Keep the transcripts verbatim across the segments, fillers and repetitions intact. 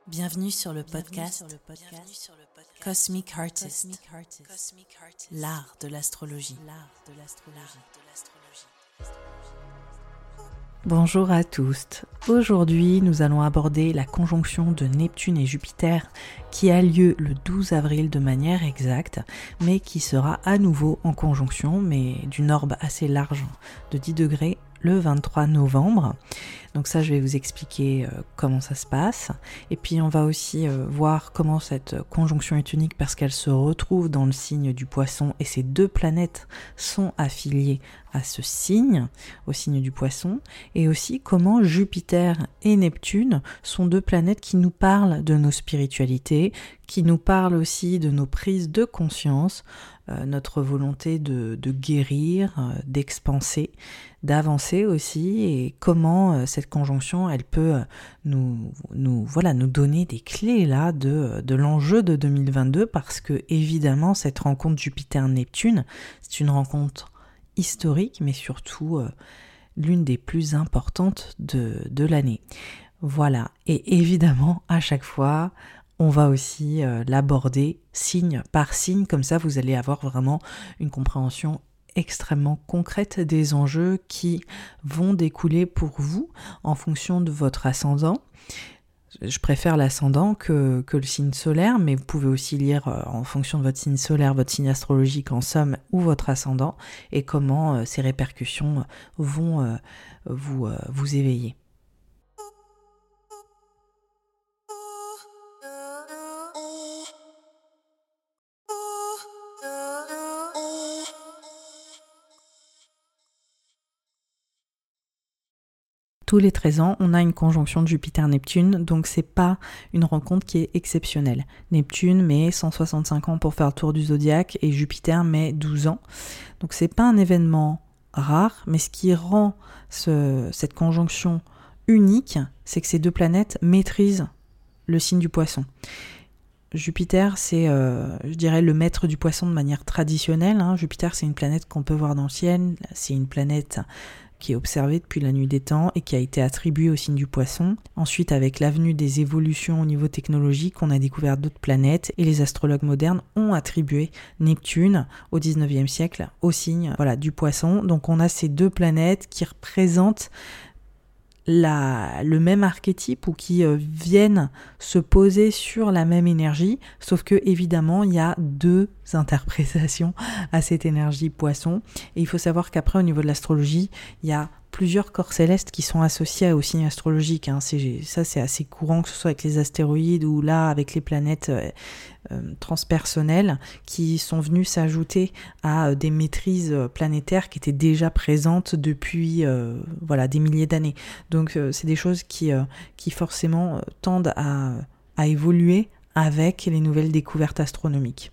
Bienvenue sur le podcast Cosmic Artist, l'art de l'astrologie. Bonjour à tous. Aujourd'hui, nous allons aborder la conjonction de Neptune et Jupiter qui a lieu le douze avril de manière exacte, mais qui sera à nouveau en conjonction, mais d'une orbe assez large de dix degrés, le vingt-trois novembre. Donc ça, je vais vous expliquer euh, comment ça se passe. Et puis on va aussi euh, voir comment cette conjonction est unique parce qu'elle se retrouve dans le signe du Poisson et ces deux planètes sont affiliées à ce signe, au signe du Poisson. Et aussi comment Jupiter et Neptune sont deux planètes qui nous parlent de nos spiritualités, qui nous parlent aussi de nos prises de conscience, euh, notre volonté de, de guérir, euh, d'expanser, d'avancer aussi, et comment euh, cette conjonction, elle peut euh, nous, nous, voilà, nous donner des clés là de, de l'enjeu de deux mille vingt-deux, parce que évidemment cette rencontre Jupiter-Neptune, c'est une rencontre historique, mais surtout euh, l'une des plus importantes de, de l'année. Voilà, et évidemment à chaque fois, on va aussi euh, l'aborder signe par signe, comme ça vous allez avoir vraiment une compréhension extrêmement concrète des enjeux qui vont découler pour vous en fonction de votre ascendant. Je préfère l'ascendant que, que le signe solaire, mais vous pouvez aussi lire euh, en fonction de votre signe solaire, votre signe astrologique en somme ou votre ascendant, et comment euh, ces répercussions vont euh, vous, euh, vous éveiller. Tous les treize ans, on a une conjonction de Jupiter-Neptune, donc c'est pas une rencontre qui est exceptionnelle. Neptune met cent soixante-cinq ans pour faire le tour du zodiaque et Jupiter met douze ans. Donc c'est pas un événement rare, mais ce qui rend ce, cette conjonction unique, c'est que ces deux planètes maîtrisent le signe du Poisson. Jupiter, c'est, euh, je dirais, le maître du Poisson de manière traditionnelle. Hein. Jupiter, c'est une planète qu'on peut voir dans le ciel, c'est une planète qui est observée depuis la nuit des temps et qui a été attribuée au signe du Poisson. Ensuite, avec l'avenue des évolutions au niveau technologique, on a découvert d'autres planètes et les astrologues modernes ont attribué Neptune au dix-neuvième siècle au signe voilà, du Poisson. Donc on a ces deux planètes qui représentent La, le même archétype ou qui euh, viennent se poser sur la même énergie, sauf que évidemment il y a deux interprétations à cette énergie Poisson, et il faut savoir qu'après au niveau de l'astrologie, il y a plusieurs corps célestes qui sont associés au signe astrologique, hein. C'est, ça c'est assez courant, que ce soit avec les astéroïdes ou là avec les planètes euh, euh, transpersonnelles qui sont venues s'ajouter à euh, des maîtrises planétaires qui étaient déjà présentes depuis euh, voilà, des milliers d'années. Donc euh, c'est des choses qui, euh, qui forcément euh, tendent à, à évoluer avec les nouvelles découvertes astronomiques.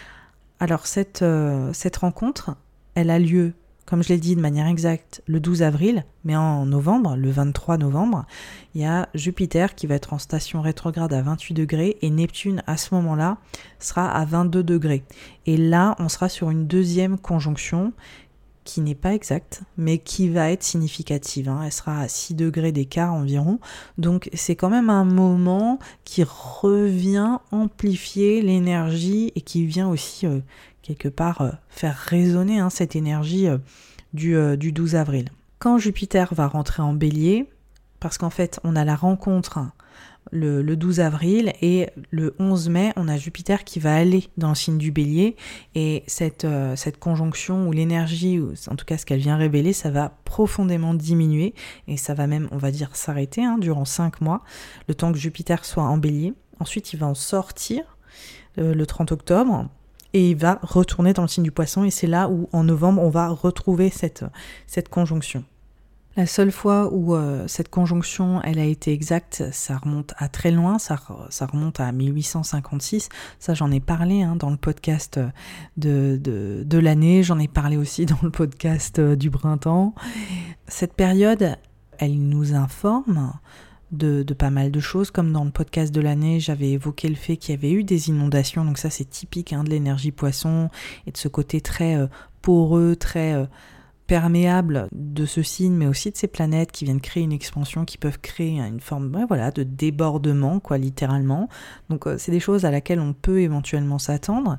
Alors cette, euh, cette rencontre, elle a lieu, comme je l'ai dit de manière exacte, le douze avril, mais en novembre, le vingt-trois novembre, il y a Jupiter qui va être en station rétrograde à vingt-huit degrés et Neptune à ce moment-là sera à vingt-deux degrés. Et là, on sera sur une deuxième conjonction qui n'est pas exacte, mais qui va être significative. Hein. Elle sera à six degrés d'écart environ. Donc c'est quand même un moment qui revient amplifier l'énergie et qui vient aussi euh, quelque part euh, faire résonner hein, cette énergie euh, du, euh, du douze avril. Quand Jupiter va rentrer en Bélier, parce qu'en fait on a la rencontre le, le douze avril et le onze mai, on a Jupiter qui va aller dans le signe du Bélier, et cette, euh, cette conjonction ou l'énergie, ou en tout cas ce qu'elle vient révéler, ça va profondément diminuer et ça va même, on va dire, s'arrêter hein, durant cinq mois, le temps que Jupiter soit en Bélier. Ensuite, il va en sortir euh, le trente octobre et il va retourner dans le signe du Poisson, et c'est là où en novembre, on va retrouver cette, cette conjonction. La seule fois où euh, cette conjonction elle a été exacte, ça remonte à très loin, ça, ça remonte à mille huit cent cinquante-six, ça j'en ai parlé hein, dans le podcast de, de, de l'année, j'en ai parlé aussi dans le podcast du printemps. Cette période, elle nous informe de, de pas mal de choses, comme dans le podcast de l'année, j'avais évoqué le fait qu'il y avait eu des inondations, donc ça c'est typique hein, de l'énergie Poisson, et de ce côté très euh, poreux, très... Euh, perméable de ce signe, mais aussi de ces planètes qui viennent créer une expansion, qui peuvent créer une forme ouais, voilà, de débordement, quoi, littéralement. Donc euh, c'est des choses à laquelle on peut éventuellement s'attendre.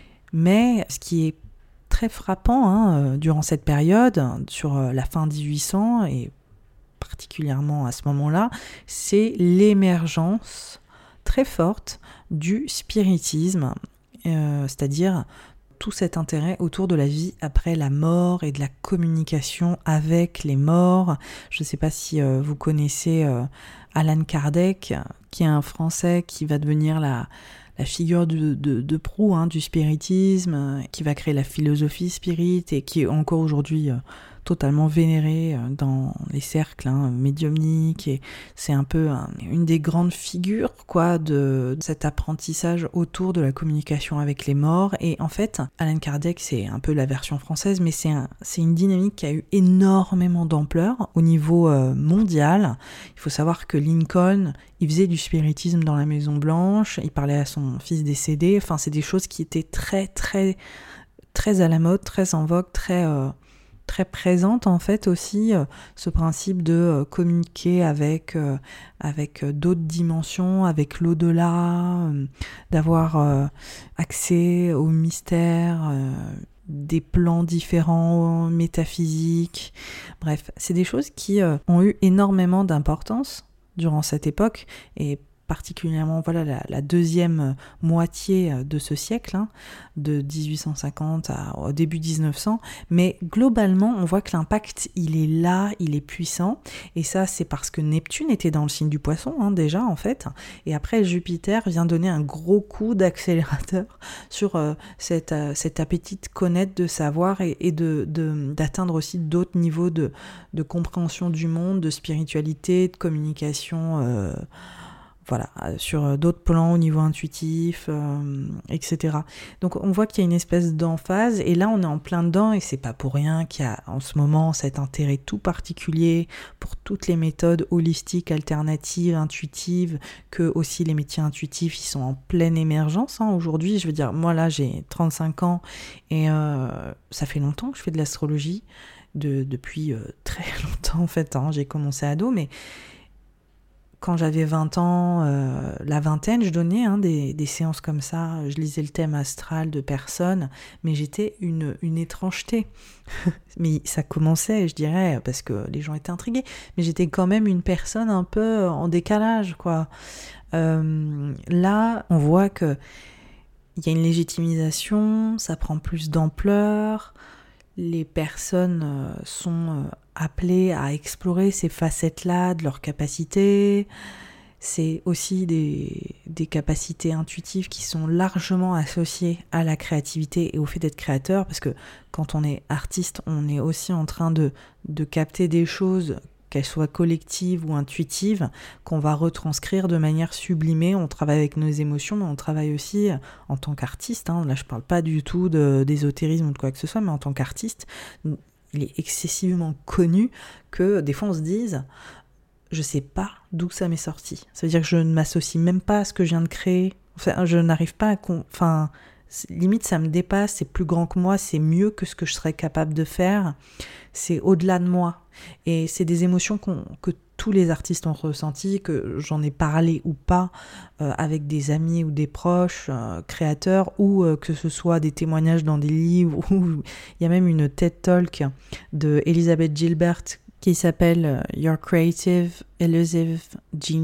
Mais ce qui est très frappant hein, euh, durant cette période, sur euh, la fin dix-huit cents et particulièrement à ce moment-là, c'est l'émergence très forte du spiritisme, euh, c'est-à-dire tout cet intérêt autour de la vie après la mort et de la communication avec les morts. Je ne sais pas si euh, vous connaissez euh, Allan Kardec, qui est un Français qui va devenir la, la figure de, de, de proue hein, du spiritisme, euh, qui va créer la philosophie spirit et qui est encore aujourd'hui euh, totalement vénéré dans les cercles hein, médiumniques, et c'est un peu un, une des grandes figures quoi de, de cet apprentissage autour de la communication avec les morts. Et en fait, Allan Kardec, c'est un peu la version française, mais c'est, un, c'est une dynamique qui a eu énormément d'ampleur au niveau euh, mondial. Il faut savoir que Lincoln, il faisait du spiritisme dans la Maison Blanche, il parlait à son fils décédé, enfin c'est des choses qui étaient très très très à la mode, très en vogue, très euh, très présente en fait aussi, euh, ce principe de euh, communiquer avec, euh, avec euh, d'autres dimensions, avec l'au-delà, euh, d'avoir euh, accès au mystère, euh, des plans différents, métaphysiques. Bref, c'est des choses qui euh, ont eu énormément d'importance durant cette époque, et particulièrement voilà, la, la deuxième moitié de ce siècle, hein, de dix-huit cent cinquante à, au début dix-neuf cents, mais globalement on voit que l'impact il est là, il est puissant, et ça c'est parce que Neptune était dans le signe du Poisson hein, déjà en fait, et après Jupiter vient donner un gros coup d'accélérateur sur euh, cette, euh, cet appétit de connaître, de savoir et, et de, de, d'atteindre aussi d'autres niveaux de, de compréhension du monde, de spiritualité, de communication euh, voilà, sur d'autres plans au niveau intuitif, euh, et cetera. Donc on voit qu'il y a une espèce d'emphase, et là on est en plein dedans, et c'est pas pour rien qu'il y a en ce moment cet intérêt tout particulier pour toutes les méthodes holistiques, alternatives, intuitives, que aussi les métiers intuitifs, ils sont en pleine émergence hein, aujourd'hui. Je veux dire, moi là j'ai trente-cinq ans, et euh, ça fait longtemps que je fais de l'astrologie, de, depuis euh, très longtemps en fait, hein, j'ai commencé ado, mais quand j'avais vingt ans, euh, la vingtaine, je donnais hein, des, des séances comme ça, je lisais le thème astral de personnes, mais j'étais une, une étrangeté. Mais ça commençait, je dirais, parce que les gens étaient intrigués, mais j'étais quand même une personne un peu en décalage, quoi. Euh, là, on voit que il y a une légitimisation, ça prend plus d'ampleur, les personnes euh, sont euh, appelées à explorer ces facettes-là de leurs capacités. C'est aussi des, des capacités intuitives qui sont largement associées à la créativité et au fait d'être créateur, parce que quand on est artiste, on est aussi en train de, de capter des choses, qu'elles soient collectives ou intuitives, qu'on va retranscrire de manière sublimée. On travaille avec nos émotions, mais on travaille aussi en tant qu'artiste. Hein. Là, je ne parle pas du tout de, d'ésotérisme ou de quoi que ce soit, mais en tant qu'artiste, il est excessivement connu que des fois on se dise « je ne sais pas d'où ça m'est sorti ». Ça veut dire que je ne m'associe même pas à ce que je viens de créer. Enfin, je n'arrive pas à... Con... Enfin, limite, ça me dépasse, c'est plus grand que moi, c'est mieux que ce que je serais capable de faire. C'est au-delà de moi. Et c'est des émotions qu'on, que tous les artistes ont ressenties, que j'en ai parlé ou pas euh, avec des amis ou des proches euh, créateurs, ou euh, que ce soit des témoignages dans des livres, ou il y a même une TED Talk de Elizabeth Gilbert qui s'appelle « Your Creative Elusive Genius »,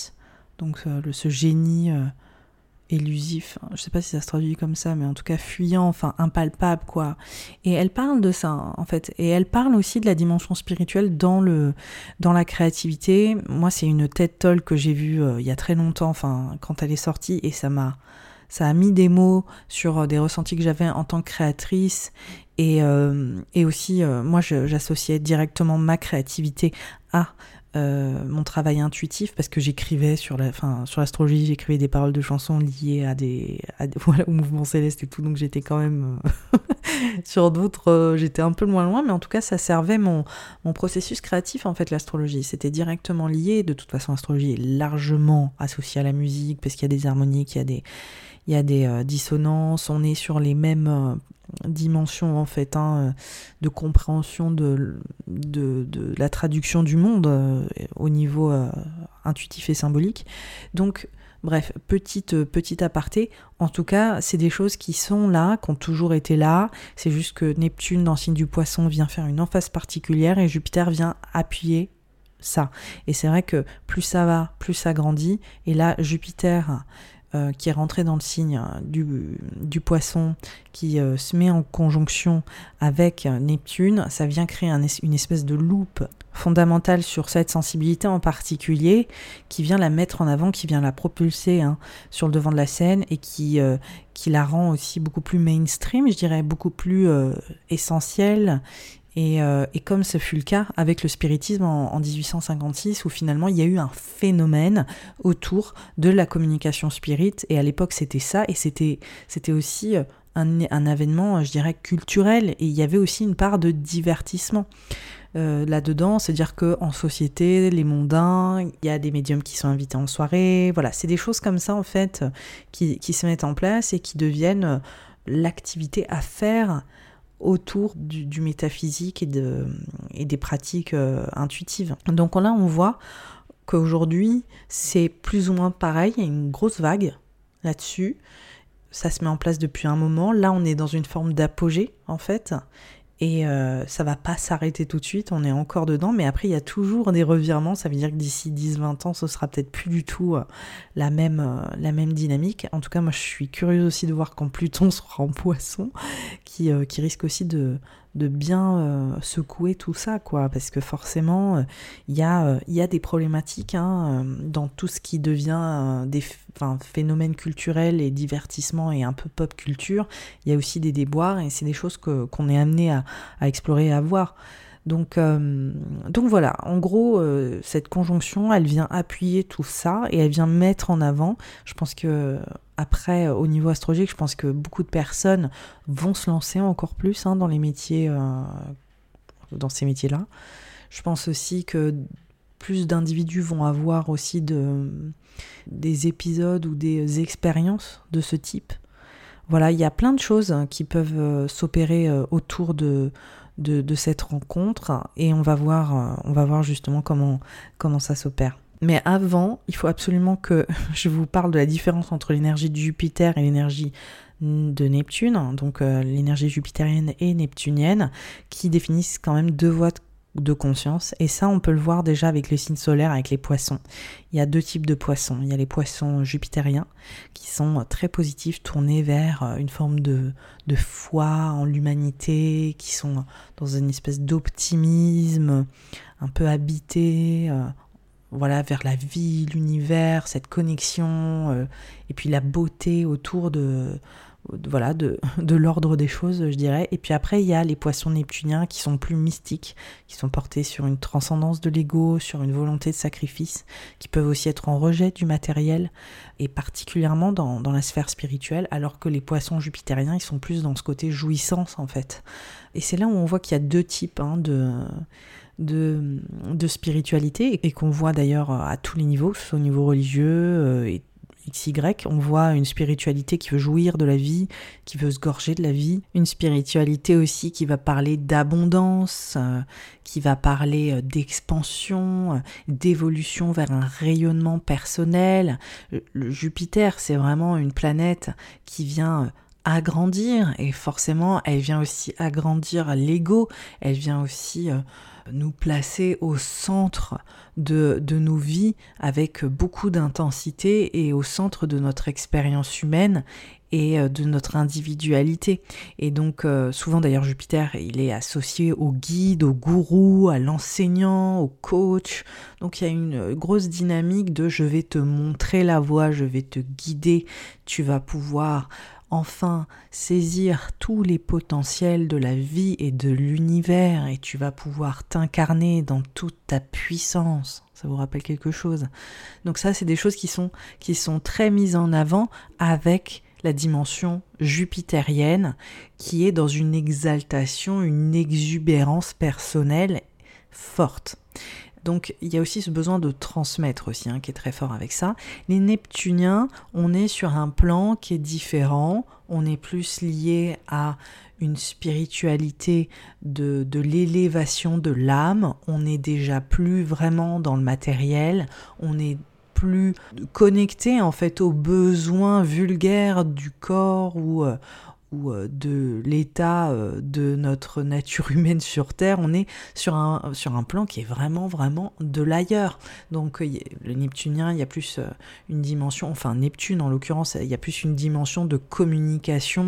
donc euh, le, ce génie euh, élusif, je sais pas si ça se traduit comme ça, mais en tout cas fuyant, enfin impalpable quoi. Et elle parle de ça en fait, et elle parle aussi de la dimension spirituelle dans le dans la créativité. Moi c'est une TED Talk que j'ai vue euh, il y a très longtemps, enfin quand elle est sortie, et ça m'a ça a mis des mots sur euh, des ressentis que j'avais en tant que créatrice, et euh, et aussi euh, moi je, j'associais directement ma créativité à Euh, mon travail intuitif, parce que j'écrivais sur la, enfin, sur l'astrologie, j'écrivais des paroles de chansons liées à des, à des voilà, au mouvement céleste et tout, donc j'étais quand même euh, sur d'autres, euh, j'étais un peu loin loin, mais en tout cas, ça servait mon, mon processus créatif, en fait, l'astrologie. C'était directement lié. De toute façon, l'astrologie est largement associée à la musique, parce qu'il y a des harmoniques, il y a des, il y a des euh, dissonances, on est sur les mêmes euh, dimensions, en fait, hein, de compréhension de, de, de la traduction du monde euh, au niveau euh, intuitif et symbolique. Donc, bref, petite, petite aparté, en tout cas, c'est des choses qui sont là, qui ont toujours été là, c'est juste que Neptune, dans le signe du Poisson, vient faire une emphase particulière et Jupiter vient appuyer ça. Et c'est vrai que plus ça va, plus ça grandit, et là, Jupiter, euh, qui est rentré dans le signe du, du Poisson, qui euh, se met en conjonction avec Neptune, ça vient créer un, une espèce de loupe fondamentale sur cette sensibilité en particulier, qui vient la mettre en avant, qui vient la propulser hein, sur le devant de la scène et qui, euh, qui la rend aussi beaucoup plus mainstream, je dirais, beaucoup plus euh, essentielle. Et, euh, et comme ce fut le cas avec le spiritisme en, en dix-huit cent cinquante-six, où finalement il y a eu un phénomène autour de la communication spirit, et à l'époque c'était ça, et c'était, c'était aussi un, un événement, je dirais, culturel, et il y avait aussi une part de divertissement. Euh, là-dedans, c'est-à-dire qu'en société, les mondains, il y a des médiums qui sont invités en soirée, voilà, c'est des choses comme ça en fait qui, qui se mettent en place et qui deviennent l'activité à faire autour du, du métaphysique et, de, et des pratiques euh, intuitives. Donc là, on voit qu'aujourd'hui, c'est plus ou moins pareil, il y a une grosse vague là-dessus, ça se met en place depuis un moment, là on est dans une forme d'apogée en fait, et euh, ça va pas s'arrêter tout de suite, on est encore dedans, mais après il y a toujours des revirements, ça veut dire que d'ici dix vingt ans, ce sera peut-être plus du tout euh, la, même, euh, la même dynamique. En tout cas, moi je suis curieuse aussi de voir quand Pluton sera en Poisson, qui, euh, qui risque aussi de, de bien euh, secouer tout ça, quoi, parce que forcément, il euh, y, euh, y a des problématiques hein, euh, dans tout ce qui devient euh, des enfin, phénomènes culturels et divertissement et un peu pop culture, il y a aussi des déboires et c'est des choses que, qu'on est amené à, à explorer et à voir. Donc, euh, donc voilà, en gros, euh, cette conjonction, elle vient appuyer tout ça et elle vient mettre en avant. Je pense que après, au niveau astrologique, je pense que beaucoup de personnes vont se lancer encore plus hein, dans les métiers, euh, dans ces métiers-là. Je pense aussi que plus d'individus vont avoir aussi de, des épisodes ou des expériences de ce type. Voilà, il y a plein de choses qui peuvent euh, s'opérer euh, autour de De, de cette rencontre et on va voir, on va voir justement comment, comment ça s'opère. Mais avant, il faut absolument que je vous parle de la différence entre l'énergie de Jupiter et l'énergie de Neptune, donc euh, l'énergie jupitérienne et neptunienne, qui définissent quand même deux voies de de conscience, et ça on peut le voir déjà avec les signes solaires, avec les poissons. Il y a deux types de poissons, il y a les poissons jupitériens qui sont très positifs, tournés vers une forme de, de foi en l'humanité, qui sont dans une espèce d'optimisme un peu habité, euh, voilà, vers la vie, l'univers, cette connexion, euh, et puis la beauté autour de voilà, de, de l'ordre des choses, je dirais. Et puis après, il y a les poissons neptuniens qui sont plus mystiques, qui sont portés sur une transcendance de l'ego, sur une volonté de sacrifice, qui peuvent aussi être en rejet du matériel, et particulièrement dans, dans la sphère spirituelle, alors que les poissons jupitériens, ils sont plus dans ce côté jouissance, en fait. Et c'est là où on voit qu'il y a deux types hein, de... De, de spiritualité, et qu'on voit d'ailleurs à tous les niveaux, que ce soit au niveau religieux euh, et X Y, on voit une spiritualité qui veut jouir de la vie, qui veut se gorger de la vie, une spiritualité aussi qui va parler d'abondance, euh, qui va parler euh, d'expansion, euh, d'évolution vers un rayonnement personnel. Le, le Jupiter, c'est vraiment une planète qui vient euh, agrandir, et forcément elle vient aussi agrandir l'ego, elle vient aussi euh, nous placer au centre de, de nos vies avec beaucoup d'intensité et au centre de notre expérience humaine et de notre individualité. Et donc euh, souvent d'ailleurs Jupiter il est associé au guide, au gourou, à l'enseignant, au coach. Donc il y a une grosse dynamique de je vais te montrer la voie, je vais te guider, tu vas pouvoir enfin saisir tous les potentiels de la vie et de l'univers et tu vas pouvoir t'incarner dans toute ta puissance. Ça vous rappelle quelque chose? Donc ça, c'est des choses qui sont, qui sont très mises en avant avec la dimension jupitérienne qui est dans une exaltation, une exubérance personnelle forte. Donc il y a aussi ce besoin de transmettre aussi, hein, qui est très fort avec ça. Les Neptuniens, on est sur un plan qui est différent, on est plus lié à une spiritualité de, de l'élévation de l'âme, on n'est déjà plus vraiment dans le matériel, on est plus connecté en fait aux besoins vulgaires du corps ou, euh, ou euh, de l'état euh, de notre nature humaine sur Terre. On est sur un, sur un plan qui est vraiment vraiment de l'ailleurs. Donc euh, le Neptunien, il y a plus euh, une dimension, enfin Neptune en l'occurrence, il y a plus une dimension de communication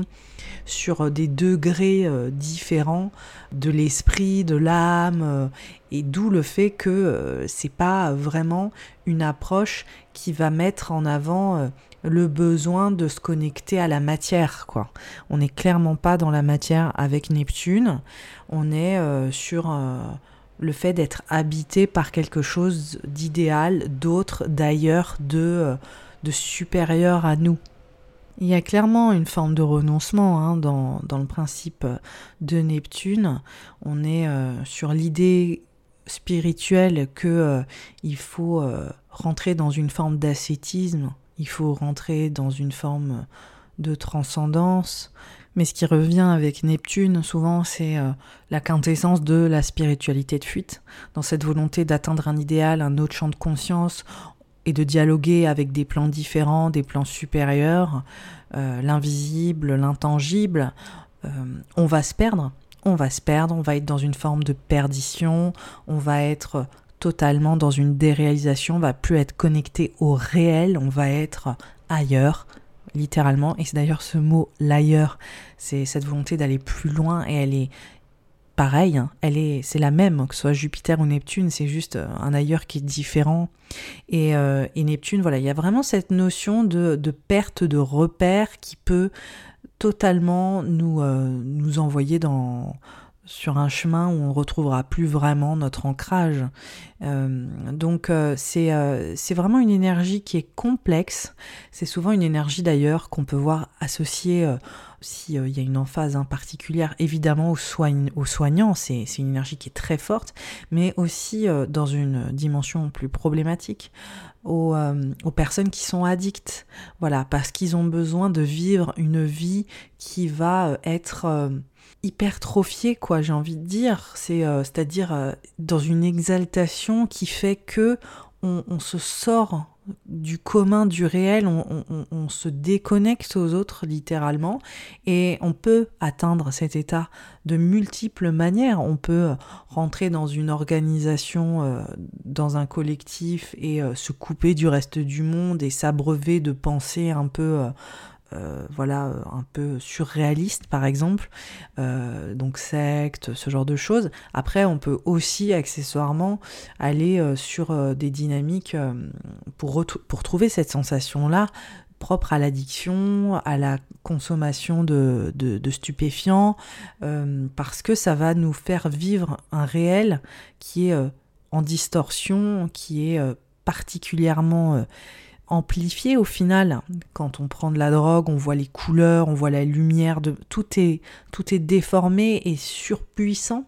sur des degrés euh, différents de l'esprit, de l'âme, euh, et d'où le fait que euh, c'est pas vraiment une approche qui va mettre en avant euh, le besoin de se connecter à la matière, quoi. On n'est clairement pas dans la matière avec Neptune, on est euh, sur euh, le fait d'être habité par quelque chose d'idéal, d'autre, d'ailleurs, de, euh, de supérieur à nous. Il y a clairement une forme de renoncement hein, dans, dans le principe de Neptune. On est euh, sur l'idée spirituelle que euh, il faut euh, rentrer dans une forme d'ascétisme, il faut rentrer dans une forme de transcendance. Mais ce qui revient avec Neptune, souvent, c'est euh, la quintessence de la spiritualité de fuite. Dans cette volonté d'atteindre un idéal, un autre champ de conscience, et de dialoguer avec des plans différents, des plans supérieurs, euh, l'invisible, l'intangible, euh, on va se perdre, on va se perdre, on va être dans une forme de perdition, on va être totalement dans une déréalisation, on va plus être connecté au réel, on va être ailleurs, littéralement, et c'est d'ailleurs ce mot « l'ailleurs », c'est cette volonté d'aller plus loin, et elle est pareil, hein, elle est, c'est la même, que ce soit Jupiter ou Neptune, c'est juste un ailleurs qui est différent. Et, euh, et Neptune, voilà, il y a vraiment cette notion de, de perte de repère qui peut totalement nous, euh, nous envoyer dans, sur un chemin où on ne retrouvera plus vraiment notre ancrage. Euh, donc euh, c'est, euh, c'est vraiment une énergie qui est complexe. C'est souvent une énergie d'ailleurs qu'on peut voir associée euh, si euh, y a une emphase hein, particulière évidemment aux, soign- aux soignants, c'est, c'est une énergie qui est très forte, mais aussi euh, dans une dimension plus problématique aux, euh, aux personnes qui sont addictes, voilà, parce qu'ils ont besoin de vivre une vie qui va euh, être euh, hypertrophiée, quoi, j'ai envie de dire, c'est, euh, c'est-à-dire euh, dans une exaltation qui fait que on, on se sort du commun, du réel, on, on, on se déconnecte aux autres littéralement, et on peut atteindre cet état de multiples manières. On peut rentrer dans une organisation, euh, dans un collectif et euh, se couper du reste du monde et s'abreuver de pensées un peu euh, Euh, voilà, un peu surréaliste par exemple, euh, donc secte, ce genre de choses. Après, on peut aussi accessoirement aller euh, sur euh, des dynamiques euh, pour, ret- pour trouver cette sensation-là propre à l'addiction, à la consommation de, de, de stupéfiants, euh, parce que ça va nous faire vivre un réel qui est euh, en distorsion, qui est euh, particulièrement euh, amplifié au final. Quand on prend de la drogue, on voit les couleurs, on voit la lumière, de... tout est, tout est déformé et surpuissant.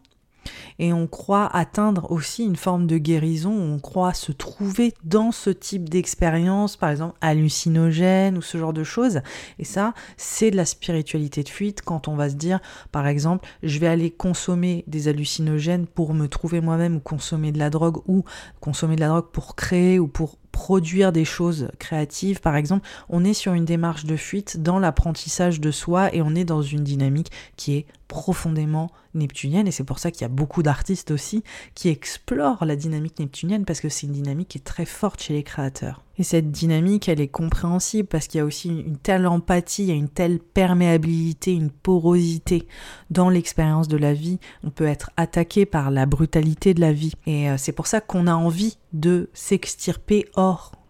Et on croit atteindre aussi une forme de guérison, on croit se trouver dans ce type d'expérience, par exemple hallucinogène ou ce genre de choses. Et ça, c'est de la spiritualité de fuite quand on va se dire, par exemple, je vais aller consommer des hallucinogènes pour me trouver moi-même, ou consommer de la drogue, ou consommer de la drogue pour créer ou pour produire des choses créatives, par exemple. On est sur une démarche de fuite dans l'apprentissage de soi et on est dans une dynamique qui est profondément neptunienne, et c'est pour ça qu'il y a beaucoup d'artistes aussi qui explorent la dynamique neptunienne, parce que c'est une dynamique qui est très forte chez les créateurs. Et cette dynamique, elle est compréhensible parce qu'il y a aussi une, une telle empathie, il y a une telle perméabilité, une porosité dans l'expérience de la vie. On peut être attaqué par la brutalité de la vie, et euh, c'est pour ça qu'on a envie de s'extirper hors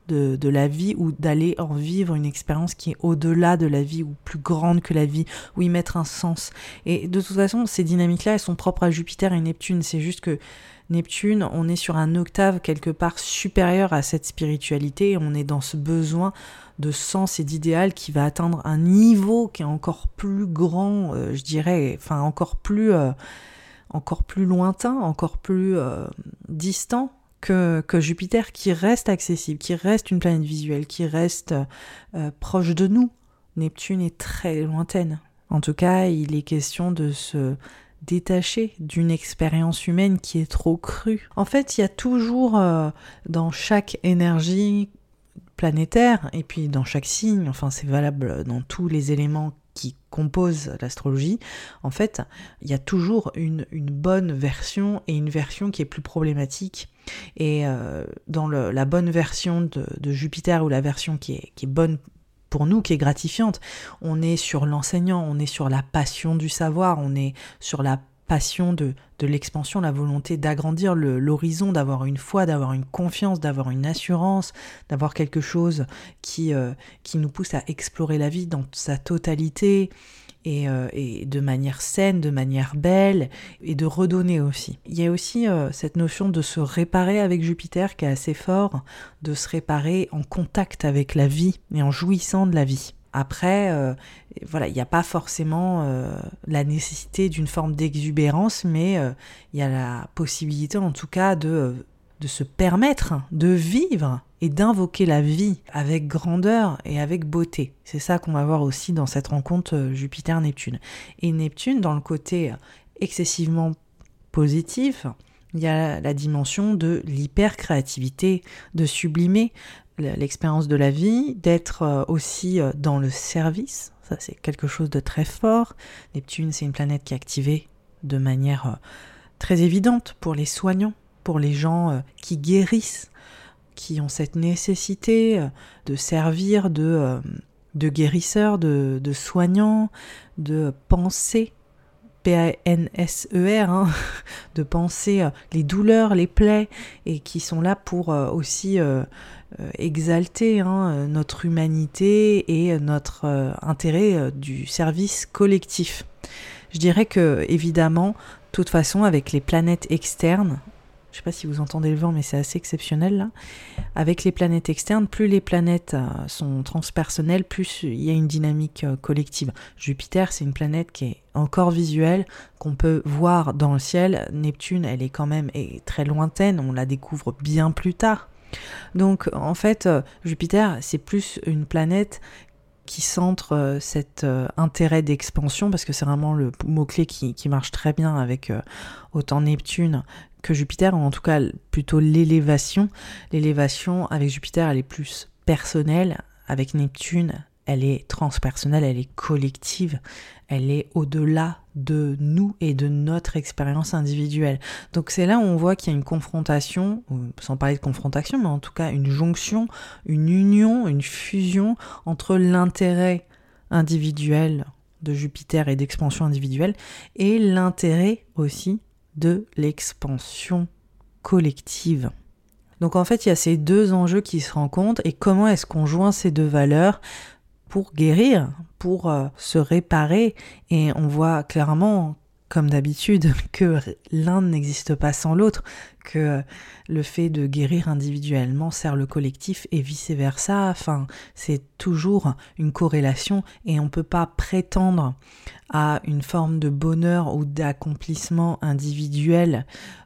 de, de la vie ou d'aller en vivre une expérience qui est au-delà de la vie ou plus grande que la vie, ou y mettre un sens. Et de toute façon, ces dynamiques-là, elles sont propres à Jupiter et Neptune. C'est juste que Neptune, on est sur un octave quelque part supérieur à cette spiritualité et on est dans ce besoin de sens et d'idéal qui va atteindre un niveau qui est encore plus grand, euh, je dirais, enfin encore plus, euh, encore plus lointain, encore plus euh, distant que, que Jupiter, qui reste accessible, qui reste une planète visuelle, qui reste euh, proche de nous. Neptune est très lointaine. En tout cas, il est question de se détaché d'une expérience humaine qui est trop crue. En fait, il y a toujours euh, dans chaque énergie planétaire, et puis dans chaque signe, enfin c'est valable dans tous les éléments qui composent l'astrologie, en fait, il y a toujours une, une bonne version et une version qui est plus problématique. Et euh, dans le, la bonne version de, de Jupiter, ou la version qui est, qui est bonne pour nous, qui est gratifiante, on est sur l'enseignant, on est sur la passion du savoir, on est sur la passion de, de l'expansion, la volonté d'agrandir le, l'horizon, d'avoir une foi, d'avoir une confiance, d'avoir une assurance, d'avoir quelque chose qui, euh, qui nous pousse à explorer la vie dans sa totalité, et, euh, et de manière saine, de manière belle, et de redonner aussi. Il y a aussi euh, cette notion de se réparer avec Jupiter qui est assez fort, de se réparer en contact avec la vie et en jouissant de la vie. Après, euh, voilà, il n'y a pas forcément euh, la nécessité d'une forme d'exubérance, mais euh, il y a la possibilité en tout cas de, euh, de se permettre de vivre et d'invoquer la vie avec grandeur et avec beauté. C'est ça qu'on va voir aussi dans cette rencontre Jupiter-Neptune. Et Neptune, dans le côté excessivement positif, il y a la dimension de l'hyper-créativité, de sublimer l'expérience de la vie, d'être aussi dans le service. Ça, c'est quelque chose de très fort. Neptune, c'est une planète qui est activée de manière très évidente pour les soignants, pour les gens qui guérissent, qui ont cette nécessité de servir de, de guérisseurs, de, de soignants, de penser, P A N S E R, hein, de penser les douleurs, les plaies, et qui sont là pour aussi euh, exalter hein, notre humanité et notre euh, intérêt du service collectif. Je dirais que, évidemment, de toute façon, avec les planètes externes, je ne sais pas si vous entendez le vent, mais c'est assez exceptionnel là. Avec les planètes externes, plus les planètes euh, sont transpersonnelles, plus il y a une dynamique euh, collective. Jupiter, c'est une planète qui est encore visuelle, qu'on peut voir dans le ciel. Neptune, elle est quand même est très lointaine, on la découvre bien plus tard. Donc en fait, euh, Jupiter, c'est plus une planète qui centre euh, cet euh, intérêt d'expansion, parce que c'est vraiment le mot-clé qui, qui marche très bien avec euh, autant Neptune que Jupiter, ou en tout cas plutôt l'élévation. L'élévation avec Jupiter, elle est plus personnelle, avec Neptune, elle est transpersonnelle, elle est collective, elle est au-delà de nous et de notre expérience individuelle. Donc c'est là où on voit qu'il y a une confrontation, sans parler de confrontation, mais en tout cas une jonction, une union, une fusion entre l'intérêt individuel de Jupiter et d'expansion individuelle et l'intérêt aussi de l'expansion collective. Donc en fait, il y a ces deux enjeux qui se rencontrent, et comment est-ce qu'on joint ces deux valeurs pour guérir, pour euh, se réparer. Et on voit clairement, comme d'habitude, que l'un n'existe pas sans l'autre, que le fait de guérir individuellement sert le collectif et vice-versa. Enfin, c'est toujours une corrélation, et on ne peut pas prétendre à une forme de bonheur ou d'accomplissement individuel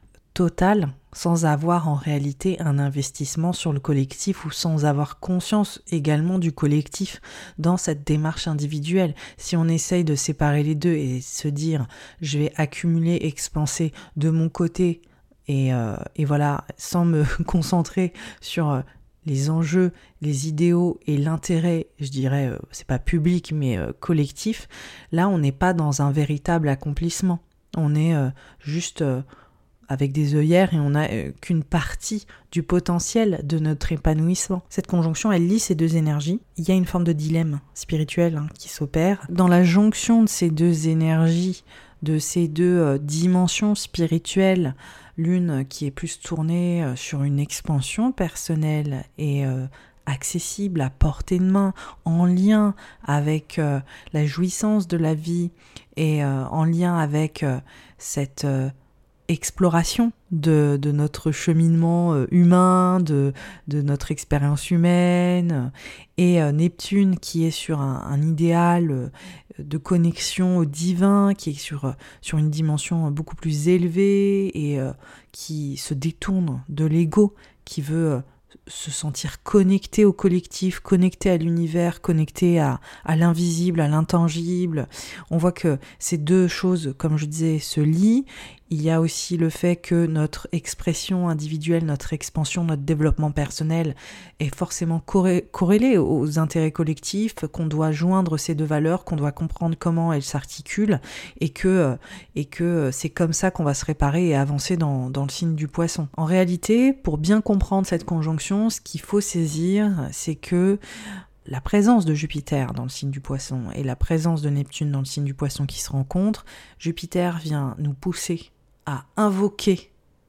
total sans avoir en réalité un investissement sur le collectif, ou sans avoir conscience également du collectif dans cette démarche individuelle. Si on essaye de séparer les deux et se dire je vais accumuler, expanser de mon côté et, euh, et voilà, sans me concentrer sur euh, les enjeux, les idéaux et l'intérêt, je dirais, euh, c'est pas public mais euh, collectif, là on n'est pas dans un véritable accomplissement. On est euh, juste euh, avec des œillères, et on n'a euh, qu'une partie du potentiel de notre épanouissement. Cette conjonction, elle lie ces deux énergies. Il y a une forme de dilemme spirituel hein, qui s'opère. Dans la jonction de ces deux énergies, de ces deux euh, dimensions spirituelles, l'une qui est plus tournée euh, sur une expansion personnelle et euh, accessible, à portée de main, en lien avec euh, la jouissance de la vie et euh, en lien avec euh, cette euh, exploration de, de notre cheminement euh, humain, de, de notre expérience humaine, et euh, Neptune qui est sur un, un idéal euh, de connexion au divin, qui est sur, euh, sur une dimension beaucoup plus élevée et euh, qui se détourne de l'ego, qui veut euh, se sentir connecté au collectif, connecté à l'univers, connecté à, à l'invisible, à l'intangible. On voit que ces deux choses, comme je disais, se lient. Il y a aussi le fait que notre expression individuelle, notre expansion, notre développement personnel est forcément corré- corrélé aux intérêts collectifs, qu'on doit joindre ces deux valeurs, qu'on doit comprendre comment elles s'articulent et que, et que c'est comme ça qu'on va se réparer et avancer dans, dans le signe du Poisson. En réalité, pour bien comprendre cette conjonction, ce qu'il faut saisir, c'est que la présence de Jupiter dans le signe du Poisson et la présence de Neptune dans le signe du Poisson qui se rencontrent, Jupiter vient nous pousser à invoquer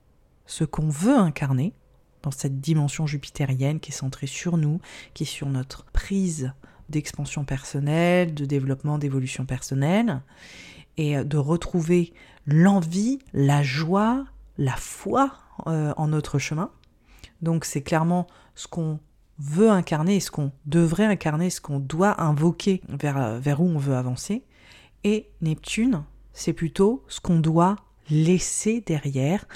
ce qu'on veut incarner dans cette dimension jupitérienne qui est centrée sur nous, qui est sur notre prise d'expansion personnelle, de développement, d'évolution personnelle, et de retrouver l'envie, la joie, la foi euh, en notre chemin. Donc c'est clairement ce qu'on veut incarner, ce qu'on devrait incarner, ce qu'on doit invoquer vers, vers où on veut avancer. Et Neptune, c'est plutôt ce qu'on doit laisser derrière,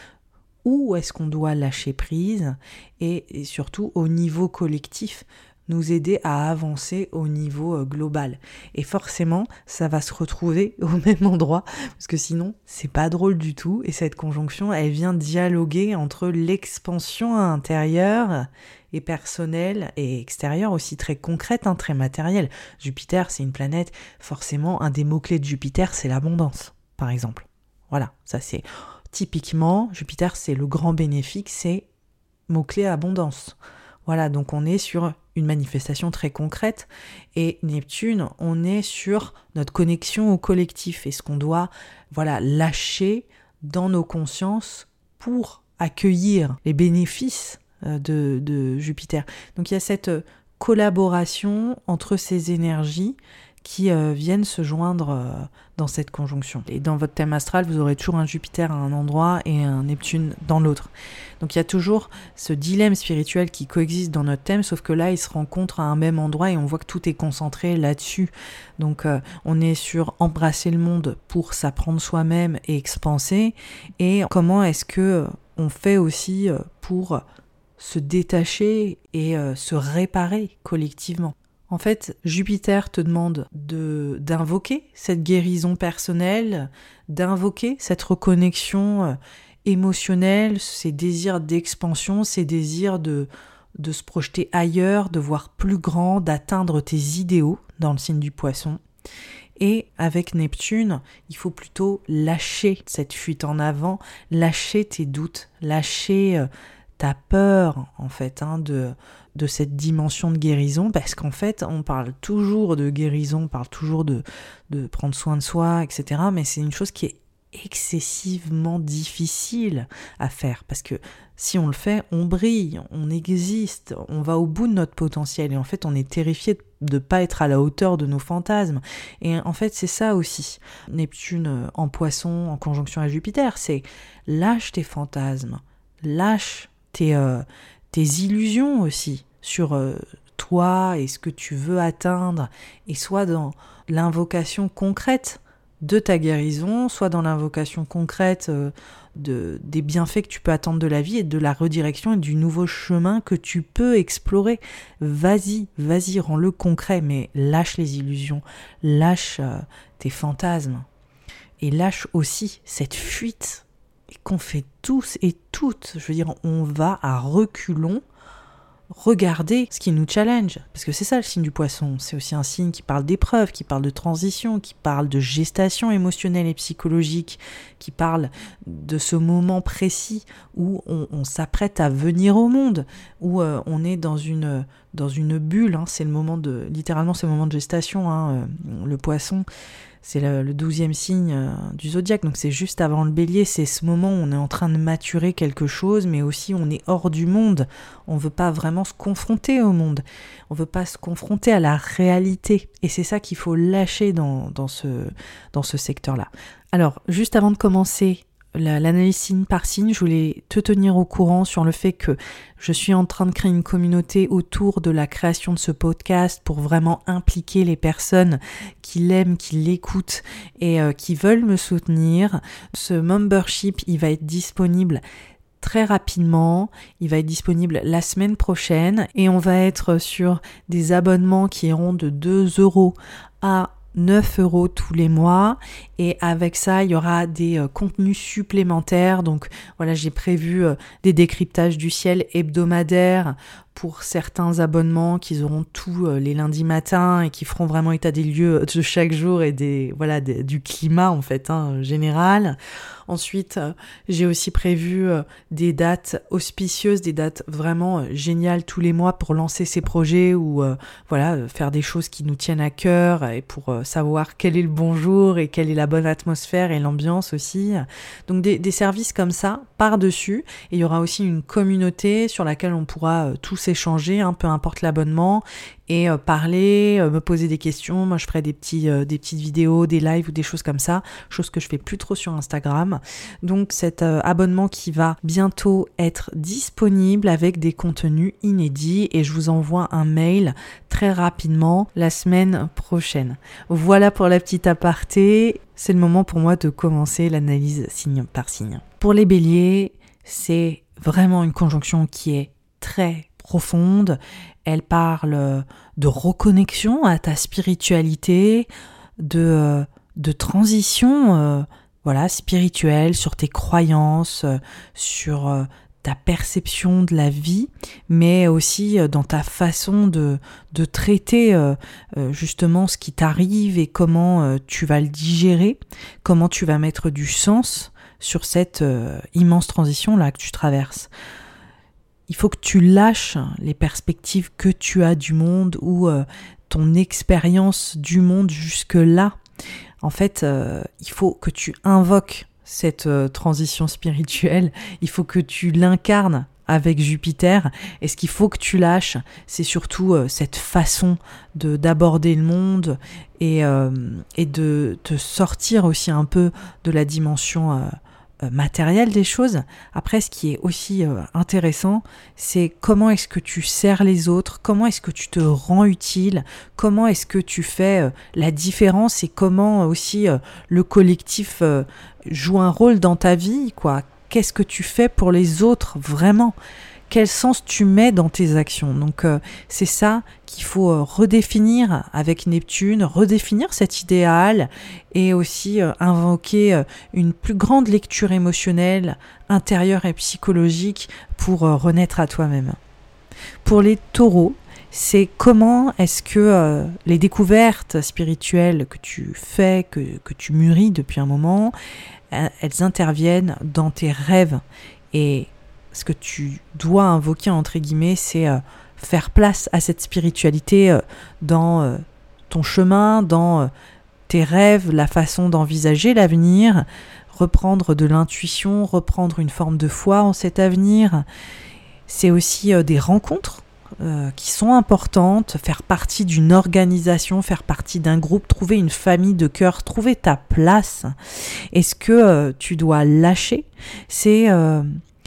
où est-ce qu'on doit lâcher prise, et, et surtout au niveau collectif, nous aider à avancer au niveau global. Et forcément, ça va se retrouver au même endroit, parce que sinon, c'est pas drôle du tout, et cette conjonction, elle vient dialoguer entre l'expansion intérieure et personnelle, et extérieure aussi, très concrète, hein, très matérielle. Jupiter, c'est une planète, forcément, un des mots-clés de Jupiter, c'est l'abondance, par exemple. Voilà, ça c'est typiquement, Jupiter, c'est le grand bénéfique, c'est mot-clé abondance. Voilà, donc on est sur une manifestation très concrète, et Neptune, on est sur notre connexion au collectif et ce qu'on doit, voilà, lâcher dans nos consciences pour accueillir les bénéfices de, de Jupiter. Donc il y a cette collaboration entre ces énergies qui euh, viennent se joindre euh, dans cette conjonction. Et dans votre thème astral, vous aurez toujours un Jupiter à un endroit et un Neptune dans l'autre. Donc il y a toujours ce dilemme spirituel qui coexiste dans notre thème, sauf que là, ils se rencontrent à un même endroit et on voit que tout est concentré là-dessus. Donc euh, on est sur embrasser le monde pour s'apprendre soi-même et expanser, et comment est-ce que on fait aussi pour se détacher et euh, se réparer collectivement. En fait, Jupiter te demande de, d'invoquer cette guérison personnelle, d'invoquer cette reconnexion émotionnelle, ces désirs d'expansion, ces désirs de, de se projeter ailleurs, de voir plus grand, d'atteindre tes idéaux dans le signe du Poisson. Et avec Neptune, il faut plutôt lâcher cette fuite en avant, lâcher tes doutes, lâcher ta peur, en fait, hein, de... de cette dimension de guérison, parce qu'en fait, on parle toujours de guérison, on parle toujours de, de prendre soin de soi, et cetera, mais c'est une chose qui est excessivement difficile à faire, parce que si on le fait, on brille, on existe, on va au bout de notre potentiel, et en fait, on est terrifié de ne pas être à la hauteur de nos fantasmes. Et en fait, c'est ça aussi, Neptune en Poisson, en conjonction à Jupiter, c'est lâche tes fantasmes, lâche tes... Euh, tes illusions aussi sur euh, toi et ce que tu veux atteindre, et soit dans l'invocation concrète de ta guérison, soit dans l'invocation concrète euh, de, des bienfaits que tu peux attendre de la vie et de la redirection et du nouveau chemin que tu peux explorer. Vas-y, vas-y, rends-le concret, mais lâche les illusions, lâche euh, tes fantasmes, et lâche aussi cette fuite qu'on fait tous et toutes. Je veux dire, on va à reculons regarder ce qui nous challenge, parce que c'est ça le signe du Poisson, c'est aussi un signe qui parle d'épreuve, qui parle de transition, qui parle de gestation émotionnelle et psychologique, qui parle de ce moment précis où on, on s'apprête à venir au monde, où euh, on est dans une, dans une bulle, hein, c'est le moment de, littéralement c'est le moment de gestation, hein, euh, le Poisson, c'est le, le douzième signe euh, du zodiaque, donc c'est juste avant le bélier, c'est ce moment où on est en train de maturer quelque chose, mais aussi on est hors du monde, on ne veut pas vraiment se confronter au monde, on ne veut pas se confronter à la réalité, et c'est ça qu'il faut lâcher dans, dans, ce, dans ce secteur-là. Alors, juste avant de commencer l'analyse signe par signe, je voulais te tenir au courant sur le fait que je suis en train de créer une communauté autour de la création de ce podcast pour vraiment impliquer les personnes qui l'aiment, qui l'écoutent et euh, qui veulent me soutenir. Ce membership, il va être disponible très rapidement, il va être disponible la semaine prochaine et on va être sur des abonnements qui iront de deux euros à neuf euros tous les mois, et avec ça il y aura des euh, contenus supplémentaires. Donc voilà, j'ai prévu euh, des décryptages du ciel hebdomadaires pour certains abonnements qu'ils auront tous euh, les lundis matins et qui feront vraiment état des lieux de chaque jour et des voilà des, du climat en fait hein, général. Ensuite, euh, j'ai aussi prévu euh, des dates auspicieuses, des dates vraiment euh, géniales tous les mois pour lancer ces projets ou euh, voilà, euh, faire des choses qui nous tiennent à cœur et pour euh, savoir quel est le bon jour et quelle est la bonne atmosphère et l'ambiance aussi. Donc des, des services comme ça par-dessus. Et il y aura aussi une communauté sur laquelle on pourra euh, tous échanger, hein, peu importe l'abonnement, et euh, parler, euh, me poser des questions. Moi, je ferai des, petits, euh, des petites vidéos, des lives ou des choses comme ça, chose que je fais plus trop sur Instagram. Donc cet euh, abonnement qui va bientôt être disponible avec des contenus inédits et je vous envoie un mail très rapidement la semaine prochaine. Voilà pour la petite aparté. C'est le moment pour moi de commencer l'analyse signe par signe. Pour les béliers, c'est vraiment une conjonction qui est très profonde. Elle parle de reconnexion à ta spiritualité, de, de transition euh, voilà, spirituelle sur tes croyances, euh, sur euh, ta perception de la vie, mais aussi euh, dans ta façon de, de traiter euh, euh, justement ce qui t'arrive et comment euh, tu vas le digérer, comment tu vas mettre du sens sur cette euh, immense transition-là que tu traverses. Il faut que tu lâches les perspectives que tu as du monde ou euh, ton expérience du monde jusque-là. En fait, euh, il faut que tu invoques cette euh, transition spirituelle, il faut que tu l'incarnes avec Jupiter, et ce qu'il faut que tu lâches, c'est surtout euh, cette façon de, d'aborder le monde et, euh, et de te sortir aussi un peu de la dimension euh, matériel des choses. Après, ce qui est aussi euh, intéressant, c'est comment est-ce que tu sers les autres, comment est-ce que tu te rends utile, comment est-ce que tu fais euh, la différence et comment aussi euh, le collectif euh, joue un rôle dans ta vie, quoi. Qu'est-ce que tu fais pour les autres vraiment ? Quel sens tu mets dans tes actions ? Donc euh, c'est ça qu'il faut euh, redéfinir avec Neptune, redéfinir cet idéal et aussi euh, invoquer euh, une plus grande lecture émotionnelle, intérieure et psychologique pour euh, renaître à toi-même. Pour les taureaux, c'est comment est-ce que euh, les découvertes spirituelles que tu fais, que, que tu mûris depuis un moment, elles interviennent dans tes rêves. Et ce que tu dois invoquer, entre guillemets, c'est euh, faire place à cette spiritualité euh, dans euh, ton chemin, dans euh, tes rêves, la façon d'envisager l'avenir, reprendre de l'intuition, reprendre une forme de foi en cet avenir. C'est aussi euh, des rencontres euh, qui sont importantes, faire partie d'une organisation, faire partie d'un groupe, trouver une famille de cœur, trouver ta place. Et ce que euh, tu dois lâcher, c'est euh,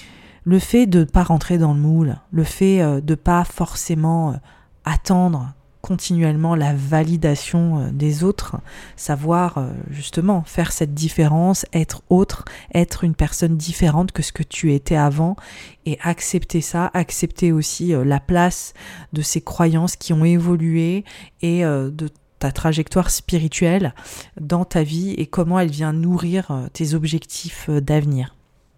le fait de ne pas rentrer dans le moule, le fait euh, de ne pas forcément euh, attendre continuellement la validation euh, des autres, savoir euh, justement faire cette différence, être autre, être une personne différente que ce que tu étais avant et accepter ça, accepter aussi euh, la place de ces croyances qui ont évolué et euh, de ta trajectoire spirituelle dans ta vie et comment elle vient nourrir euh, tes objectifs euh, d'avenir.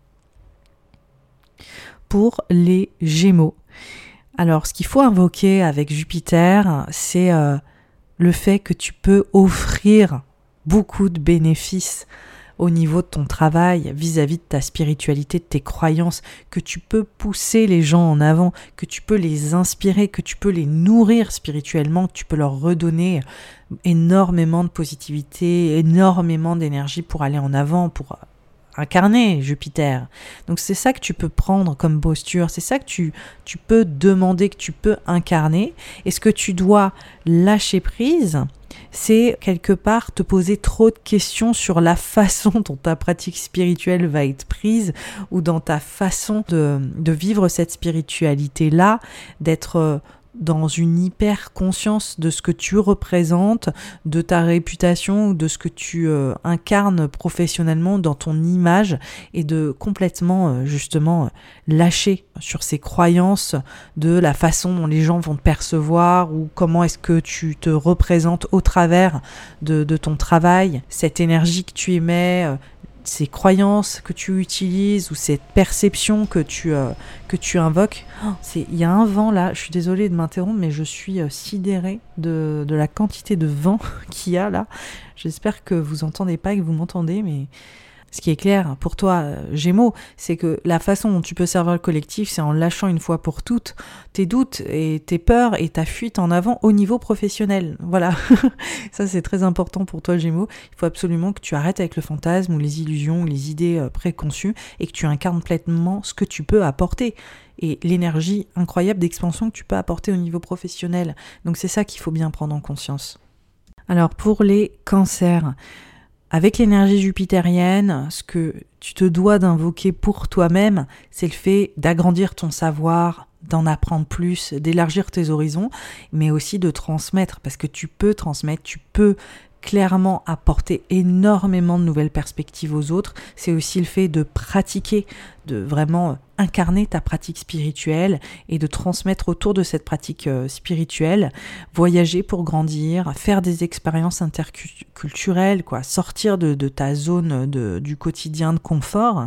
Pour les Gémeaux, alors, ce qu'il faut invoquer avec Jupiter, c'est euh, le fait que tu peux offrir beaucoup de bénéfices au niveau de ton travail, vis-à-vis de ta spiritualité, de tes croyances, que tu peux pousser les gens en avant, que tu peux les inspirer, que tu peux les nourrir spirituellement, que tu peux leur redonner énormément de positivité, énormément d'énergie pour aller en avant, pour incarner Jupiter. Donc c'est ça que tu peux prendre comme posture, c'est ça que tu, tu peux demander, que tu peux incarner. Et ce que tu dois lâcher prise, c'est quelque part te poser trop de questions sur la façon dont ta pratique spirituelle va être prise ou dans ta façon de, de vivre cette spiritualité-là, d'être dans une hyper conscience de ce que tu représentes, de ta réputation ou de ce que tu euh, incarnes professionnellement dans ton image et de complètement euh, justement lâcher sur ces croyances de la façon dont les gens vont te percevoir ou comment est-ce que tu te représentes au travers de, de ton travail, cette énergie que tu émets, euh, ces croyances que tu utilises ou cette perception que tu, euh, que tu invoques. Oh, c'est, il y a un vent là, je suis désolée de m'interrompre, mais je suis euh, sidérée de, de la quantité de vent qu'il y a là. J'espère que vous entendez pas et que vous m'entendez, mais ce qui est clair pour toi, euh, Gémeaux, c'est que la façon dont tu peux servir le collectif, c'est en lâchant une fois pour toutes tes doutes et tes peurs et ta fuite en avant au niveau professionnel. Voilà, ça c'est très important pour toi, Gémeaux. Il faut absolument que tu arrêtes avec le fantasme ou les illusions ou les idées euh, préconçues et que tu incarnes pleinement ce que tu peux apporter et l'énergie incroyable d'expansion que tu peux apporter au niveau professionnel. Donc c'est ça qu'il faut bien prendre en conscience. Alors pour les cancers, avec l'énergie jupitérienne, ce que tu te dois d'invoquer pour toi-même, c'est le fait d'agrandir ton savoir, d'en apprendre plus, d'élargir tes horizons, mais aussi de transmettre, parce que tu peux transmettre, tu peux clairement apporter énormément de nouvelles perspectives aux autres. C'est aussi le fait de pratiquer, de vraiment incarner ta pratique spirituelle et de transmettre autour de cette pratique euh, spirituelle, voyager pour grandir, faire des expériences interculturelles, quoi, sortir de, de ta zone de, du quotidien de confort.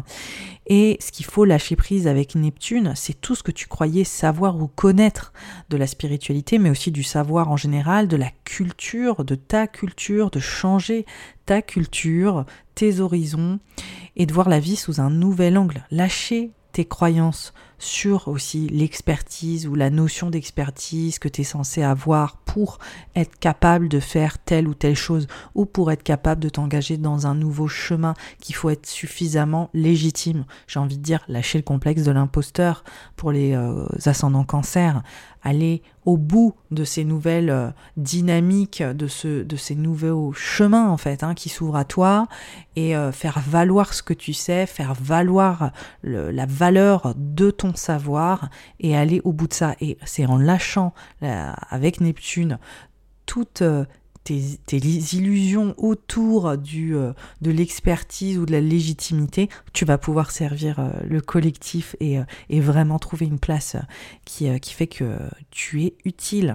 Et ce qu'il faut lâcher prise avec Neptune, c'est tout ce que tu croyais savoir ou connaître de la spiritualité, mais aussi du savoir en général, de la culture, de ta culture, de changer ta culture, tes horizons, et de voir la vie sous un nouvel angle. Lâcher tes croyances sur aussi l'expertise ou la notion d'expertise que tu es censé avoir pour être capable de faire telle ou telle chose ou pour être capable de t'engager dans un nouveau chemin, qu'il faut être suffisamment légitime. J'ai envie de dire, lâcher le complexe de l'imposteur pour les euh, ascendants cancer, aller au bout de ces nouvelles euh, dynamiques, de, ce, de ces nouveaux chemins en fait, hein, qui s'ouvrent à toi et euh, faire valoir ce que tu sais, faire valoir le, la valeur de ton savoir et aller au bout de ça. Et c'est en lâchant là, avec Neptune toutes euh, tes, tes illusions autour du, euh, de l'expertise ou de la légitimité, tu vas pouvoir servir euh, le collectif et, euh, et vraiment trouver une place euh, qui, euh, qui fait que tu es utile.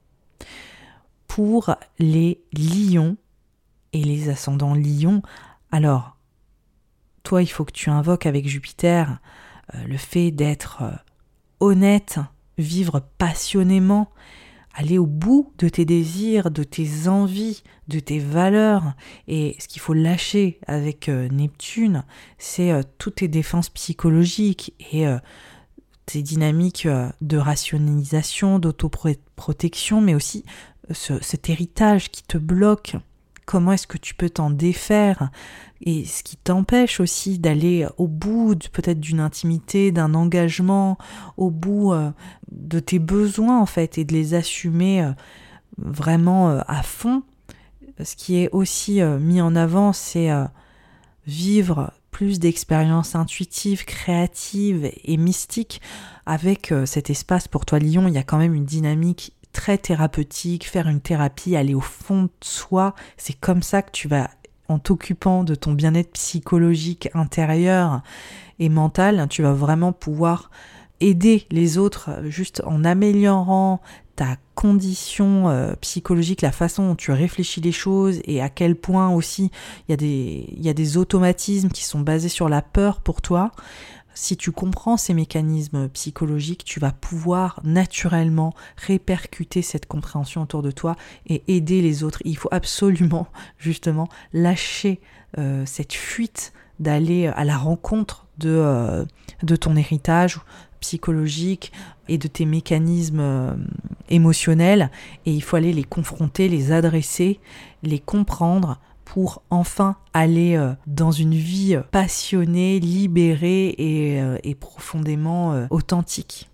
Pour les lions et les ascendants lions, alors toi il faut que tu invoques avec Jupiter euh, le fait d'être euh, honnête, vivre passionnément, aller au bout de tes désirs, de tes envies, de tes valeurs. Et ce qu'il faut lâcher avec euh, Neptune, c'est euh, toutes tes défenses psychologiques et euh, tes dynamiques euh, de rationalisation, d'autoprotection, mais aussi euh, ce, cet héritage qui te bloque. Comment est-ce que tu peux t'en défaire? Et ce qui t'empêche aussi d'aller au bout de, peut-être d'une intimité, d'un engagement, au bout euh, de tes besoins en fait, et de les assumer euh, vraiment euh, à fond. Ce qui est aussi euh, mis en avant, c'est euh, vivre plus d'expériences intuitives, créatives et mystiques. Avec euh, cet espace pour toi Lion, il y a quand même une dynamique très thérapeutique, faire une thérapie, aller au fond de soi, c'est comme ça que tu vas, en t'occupant de ton bien-être psychologique intérieur et mental, tu vas vraiment pouvoir aider les autres juste en améliorant ta condition euh, psychologique, la façon dont tu réfléchis les choses et à quel point aussi il y a des, il y a des automatismes qui sont basés sur la peur pour toi. Si tu comprends ces mécanismes psychologiques, tu vas pouvoir naturellement répercuter cette compréhension autour de toi et aider les autres. Il faut absolument, justement, lâcher euh, cette fuite d'aller à la rencontre de, euh, de ton héritage psychologique et de tes mécanismes euh, émotionnels, et il faut aller les confronter, les adresser, les comprendre pour enfin aller euh, dans une vie passionnée, libérée et, euh, et profondément euh, authentique.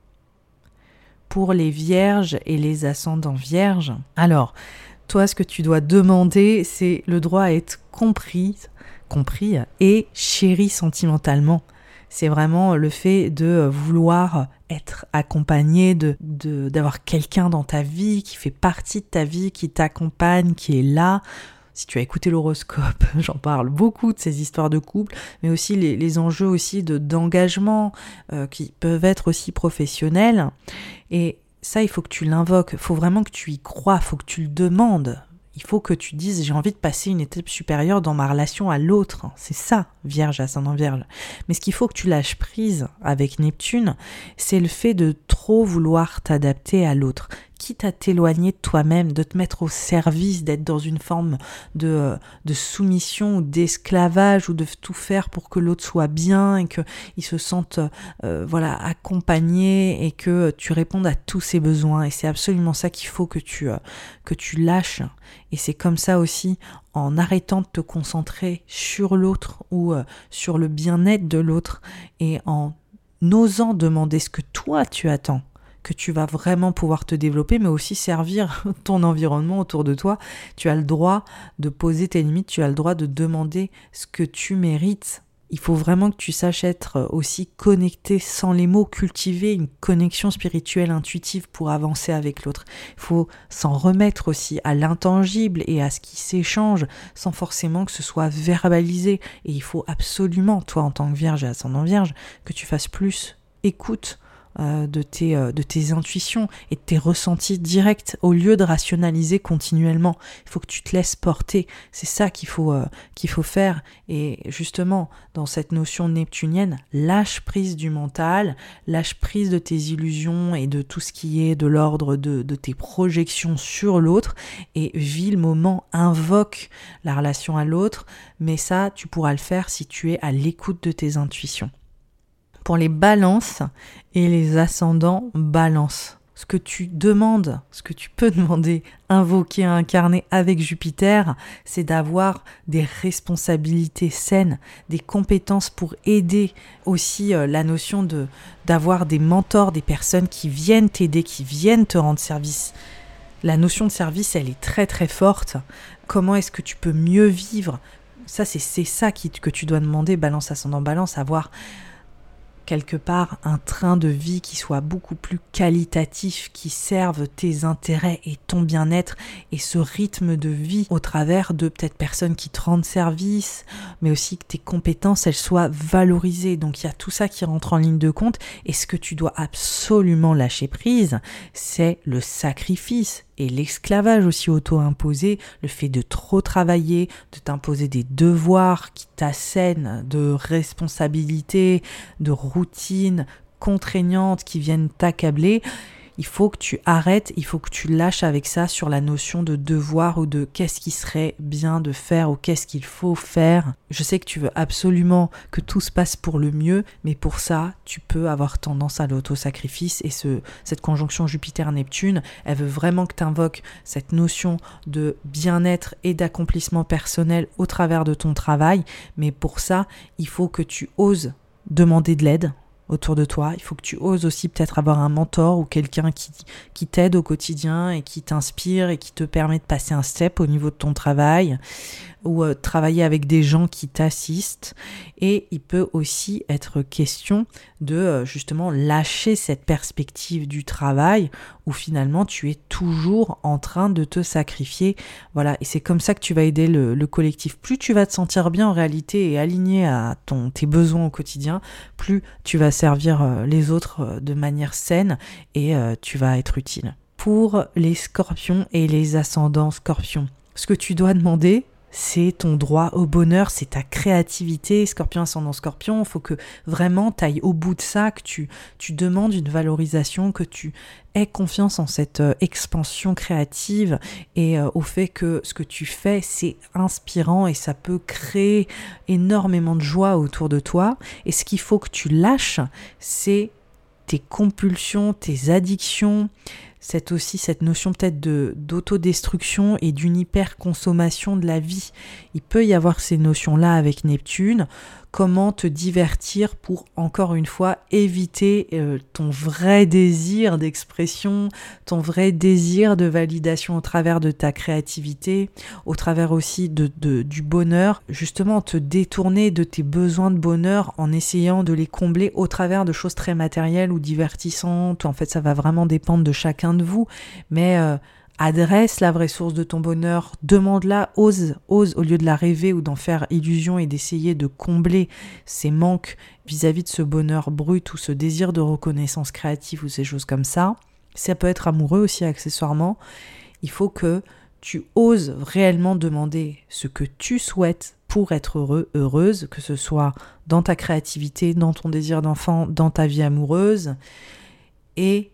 Pour les vierges et les ascendants vierges, alors, toi, ce que tu dois demander, c'est le droit à être compris, compris et chéri sentimentalement. C'est vraiment le fait de vouloir être accompagné, de, de, d'avoir quelqu'un dans ta vie qui fait partie de ta vie, qui t'accompagne, qui est là. Si tu as écouté l'horoscope, j'en parle beaucoup de ces histoires de couple, mais aussi les, les enjeux aussi de, d'engagement euh, qui peuvent être aussi professionnels. Et ça, il faut que tu l'invoques, il faut vraiment que tu y crois, il faut que tu le demandes. Il faut que tu dises, j'ai envie de passer une étape supérieure dans ma relation à l'autre. C'est ça, Vierge, ascendant Vierge. Mais ce qu'il faut que tu lâches prise avec Neptune, c'est le fait de trop vouloir t'adapter à l'autre. Quitte à t'éloigner de toi-même, de te mettre au service, d'être dans une forme de, de soumission ou d'esclavage ou de tout faire pour que l'autre soit bien et qu'il se sente euh, voilà, accompagné et que tu répondes à tous ses besoins. Et c'est absolument ça qu'il faut que tu, euh, que tu lâches. Et c'est comme ça aussi, en arrêtant de te concentrer sur l'autre ou euh, sur le bien-être de l'autre et en osant demander ce que toi tu attends, que tu vas vraiment pouvoir te développer, mais aussi servir ton environnement autour de toi. Tu as le droit de poser tes limites, tu as le droit de demander ce que tu mérites. Il faut vraiment que tu saches être aussi connecté sans les mots, cultiver une connexion spirituelle intuitive pour avancer avec l'autre. Il faut s'en remettre aussi à l'intangible et à ce qui s'échange sans forcément que ce soit verbalisé. Et il faut absolument, toi en tant que vierge et ascendant vierge, que tu fasses plus écoute Euh, de, tes, euh, de tes intuitions et de tes ressentis directs au lieu de rationaliser continuellement. Il faut que tu te laisses porter. C'est ça qu'il faut, euh, qu'il faut faire. Et justement, dans cette notion neptunienne, lâche prise du mental, lâche prise de tes illusions et de tout ce qui est de l'ordre de, de tes projections sur l'autre et vis le moment, invoque la relation à l'autre. Mais ça, tu pourras le faire si tu es à l'écoute de tes intuitions. Pour les balances et les ascendants balance, ce que tu demandes, ce que tu peux demander, invoquer, incarner avec Jupiter, c'est d'avoir des responsabilités saines, des compétences pour aider aussi euh, la notion de, d'avoir des mentors, des personnes qui viennent t'aider, qui viennent te rendre service. La notion de service, elle est très très forte. Comment est-ce que tu peux mieux vivre ? Ça, c'est, c'est ça qui, que tu dois demander, balance, ascendant, balance, avoir quelque part un train de vie qui soit beaucoup plus qualitatif, qui serve tes intérêts et ton bien-être et ce rythme de vie au travers de peut-être personnes qui te rendent service, mais aussi que tes compétences elles soient valorisées. Donc il y a tout ça qui rentre en ligne de compte et ce que tu dois absolument lâcher prise, c'est le sacrifice et l'esclavage aussi auto-imposé, le fait de trop travailler, de t'imposer des devoirs qui t'assènent, de responsabilités, de routines contraignantes qui viennent t'accabler. Il faut que tu arrêtes, il faut que tu lâches avec ça sur la notion de devoir ou de qu'est-ce qui serait bien de faire ou qu'est-ce qu'il faut faire. Je sais que tu veux absolument que tout se passe pour le mieux, mais pour ça, tu peux avoir tendance à l'autosacrifice et ce, cette conjonction Jupiter-Neptune, elle veut vraiment que tu invoques cette notion de bien-être et d'accomplissement personnel au travers de ton travail, mais pour ça, il faut que tu oses demander de l'aide autour de toi. Il faut que tu oses aussi peut-être avoir un mentor ou quelqu'un qui, qui t'aide au quotidien et qui t'inspire et qui te permet de passer un step au niveau de ton travail ou euh, travailler avec des gens qui t'assistent. Et il peut aussi être question de euh, justement lâcher cette perspective du travail où finalement tu es toujours en train de te sacrifier. Voilà, et c'est comme ça que tu vas aider le, le collectif. Plus tu vas te sentir bien en réalité et aligné à ton, tes besoins au quotidien, plus tu vas servir euh, les autres euh, de manière saine et euh, tu vas être utile. Pour les scorpions et les ascendants scorpions, ce que tu dois demander, c'est ton droit au bonheur, c'est ta créativité. Scorpion ascendant Scorpion, il faut que vraiment tu ailles au bout de ça, que tu, tu demandes une valorisation, que tu aies confiance en cette euh, expansion créative et euh, au fait que ce que tu fais, c'est inspirant et ça peut créer énormément de joie autour de toi. Et ce qu'il faut que tu lâches, c'est tes compulsions, tes addictions, c'est aussi cette notion peut-être de, d'autodestruction et d'une hyper-consommation de la vie. Il peut y avoir ces notions-là avec Neptune. Comment te divertir pour, encore une fois, éviter euh, ton vrai désir d'expression, ton vrai désir de validation au travers de ta créativité, au travers aussi de, de, du bonheur. Justement, te détourner de tes besoins de bonheur en essayant de les combler au travers de choses très matérielles ou divertissantes. En fait, ça va vraiment dépendre de chacun de vous. Mais... Euh, adresse la vraie source de ton bonheur, demande-la, ose, ose, au lieu de la rêver ou d'en faire illusion et d'essayer de combler ces manques vis-à-vis de ce bonheur brut ou ce désir de reconnaissance créative ou ces choses comme ça. Ça peut être amoureux aussi accessoirement. Il faut que tu oses réellement demander ce que tu souhaites pour être heureux, heureuse, que ce soit dans ta créativité, dans ton désir d'enfant, dans ta vie amoureuse, et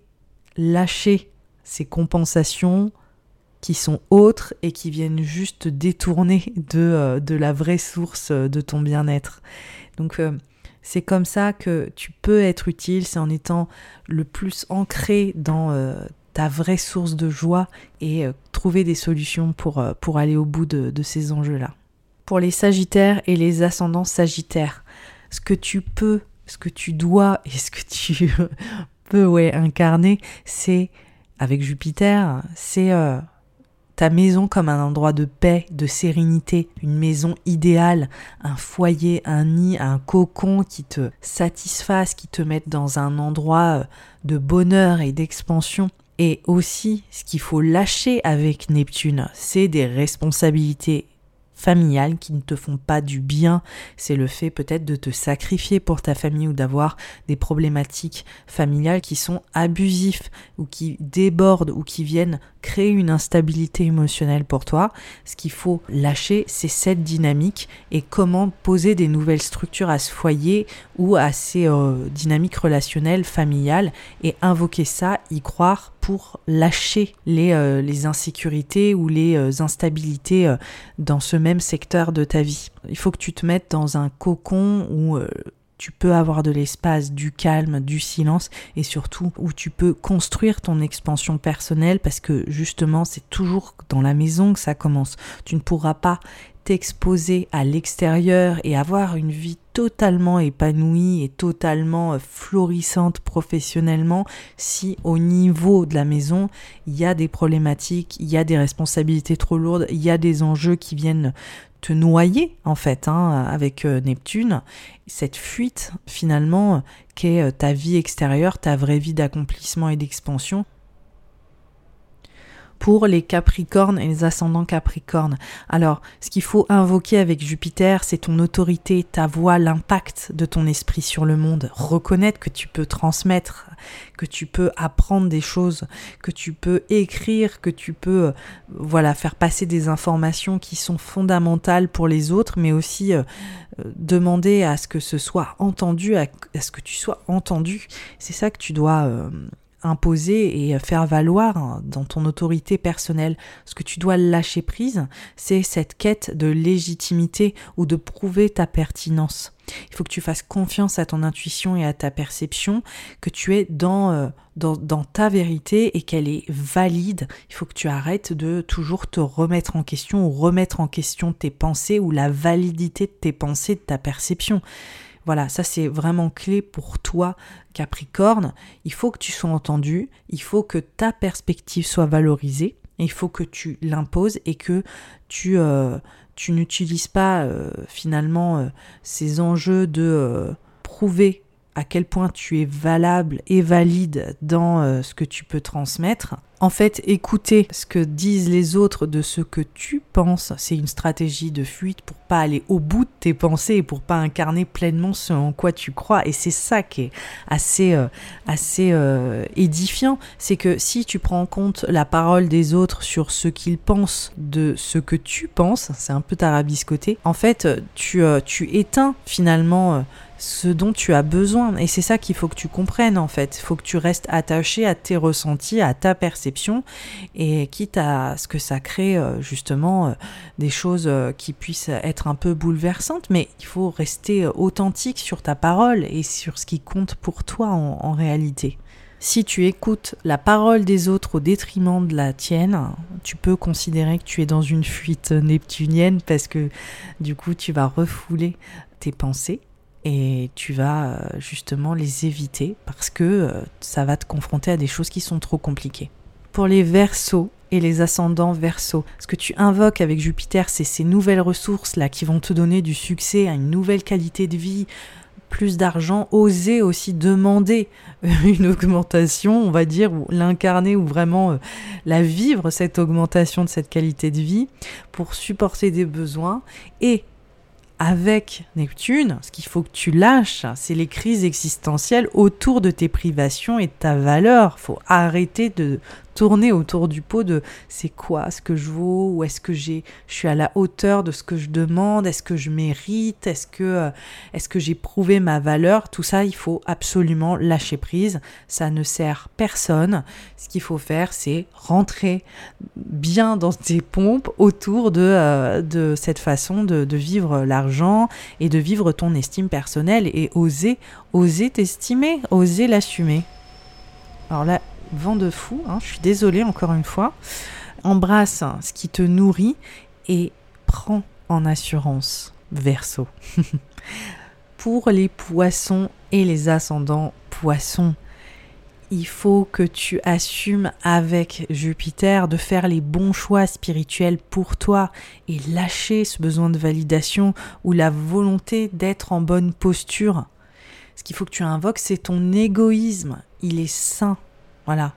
lâcher ces compensations qui sont autres et qui viennent juste détourner de, euh, de la vraie source de ton bien-être. Donc euh, c'est comme ça que tu peux être utile, c'est en étant le plus ancré dans euh, ta vraie source de joie et euh, trouver des solutions pour, euh, pour aller au bout de, de ces enjeux-là. Pour les Sagittaires et les ascendants Sagittaires, ce que tu peux, ce que tu dois et ce que tu peux ouais, incarner, c'est avec Jupiter, c'est euh, ta maison comme un endroit de paix, de sérénité, une maison idéale, un foyer, un nid, un cocon qui te satisfasse, qui te mette dans un endroit de bonheur et d'expansion. Et aussi, ce qu'il faut lâcher avec Neptune, c'est des responsabilités familiales qui ne te font pas du bien. C'est le fait peut-être de te sacrifier pour ta famille ou d'avoir des problématiques familiales qui sont abusives ou qui débordent ou qui viennent créer une instabilité émotionnelle pour toi. Ce qu'il faut lâcher, c'est cette dynamique et comment poser des nouvelles structures à ce foyer ou à ces euh, dynamiques relationnelles, familiales et invoquer ça, y croire pour lâcher les, euh, les insécurités ou les euh, instabilités euh, dans ce même secteur de ta vie. Il faut que tu te mettes dans un cocon où euh, tu peux avoir de l'espace, du calme, du silence et surtout où tu peux construire ton expansion personnelle parce que justement c'est toujours dans la maison que ça commence. Tu ne pourras pas t'exposer à l'extérieur et avoir une vie totalement épanouie et totalement florissante professionnellement si au niveau de la maison il y a des problématiques, il y a des responsabilités trop lourdes, il y a des enjeux qui viennent te noyer en fait hein, avec euh, Neptune, cette fuite finalement qu'est euh, ta vie extérieure, ta vraie vie d'accomplissement et d'expansion. Pour les Capricornes et les ascendants Capricornes. Alors, ce qu'il faut invoquer avec Jupiter, c'est ton autorité, ta voix, l'impact de ton esprit sur le monde. Reconnaître que tu peux transmettre, que tu peux apprendre des choses, que tu peux écrire, que tu peux euh, voilà, faire passer des informations qui sont fondamentales pour les autres, mais aussi euh, demander à ce que ce soit entendu, à, à ce que tu sois entendu. C'est ça que tu dois... Euh, imposer et faire valoir dans ton autorité personnelle. Ce que tu dois lâcher prise, c'est cette quête de légitimité ou de prouver ta pertinence. Il faut que tu fasses confiance à ton intuition et à ta perception, que tu es dans, euh, dans, dans ta vérité et qu'elle est valide. Il faut que tu arrêtes de toujours te remettre en question ou remettre en question tes pensées ou la validité de tes pensées, de ta perception. Voilà, ça c'est vraiment clé pour toi, Capricorne. Il faut que tu sois entendu, il faut que ta perspective soit valorisée, et il faut que tu l'imposes et que tu, euh, tu n'utilises pas euh, finalement euh, ces enjeux de euh, prouver à quel point tu es valable et valide dans euh, ce que tu peux transmettre. En fait, écouter ce que disent les autres de ce que tu penses, c'est une stratégie de fuite pour pas aller au bout de tes pensées et pour pas incarner pleinement ce en quoi tu crois. Et c'est ça qui est assez, euh, assez euh, édifiant, c'est que si tu prends en compte la parole des autres sur ce qu'ils pensent de ce que tu penses, c'est un peu tarabiscoté, en fait, tu, euh, tu éteins finalement... Euh, ce dont tu as besoin. Et c'est ça qu'il faut que tu comprennes en fait. Il faut que tu restes attaché à tes ressentis, à ta perception, et quitte à ce que ça crée euh, justement euh, des choses euh, qui puissent être un peu bouleversantes, mais il faut rester euh, authentique sur ta parole et sur ce qui compte pour toi en, en réalité. Si tu écoutes la parole des autres au détriment de la tienne, tu peux considérer que tu es dans une fuite neptunienne parce que du coup tu vas refouler tes pensées et tu vas justement les éviter parce que ça va te confronter à des choses qui sont trop compliquées. Pour les Verseaux et les ascendants Verseaux, ce que tu invoques avec Jupiter, c'est ces nouvelles ressources là qui vont te donner du succès, une nouvelle qualité de vie, plus d'argent. Oser aussi demander une augmentation, on va dire, ou l'incarner ou vraiment la vivre, cette augmentation de cette qualité de vie pour supporter des besoins. Et avec Neptune, ce qu'il faut que tu lâches, c'est les crises existentielles autour de tes privations et de ta valeur. Il faut arrêter de tourner autour du pot de c'est quoi ce que je vaux, ou est-ce que j'ai, je suis à la hauteur de ce que je demande, est-ce que je mérite, est-ce que, euh, est-ce que j'ai prouvé ma valeur. Tout ça, il faut absolument lâcher prise. Ça ne sert personne. Ce qu'il faut faire, c'est rentrer bien dans tes pompes autour de, euh, de cette façon de, de vivre l'argent et de vivre ton estime personnelle et oser, oser t'estimer, oser l'assumer. Alors là, vent de fou, hein, je suis désolée encore une fois. Embrasse ce qui te nourrit et prends en assurance, Verseau. Pour les poissons et les ascendants poissons, il faut que tu assumes avec Jupiter de faire les bons choix spirituels pour toi et lâcher ce besoin de validation ou la volonté d'être en bonne posture. Ce qu'il faut que tu invoques, c'est ton égoïsme. Il est sain. Voilà,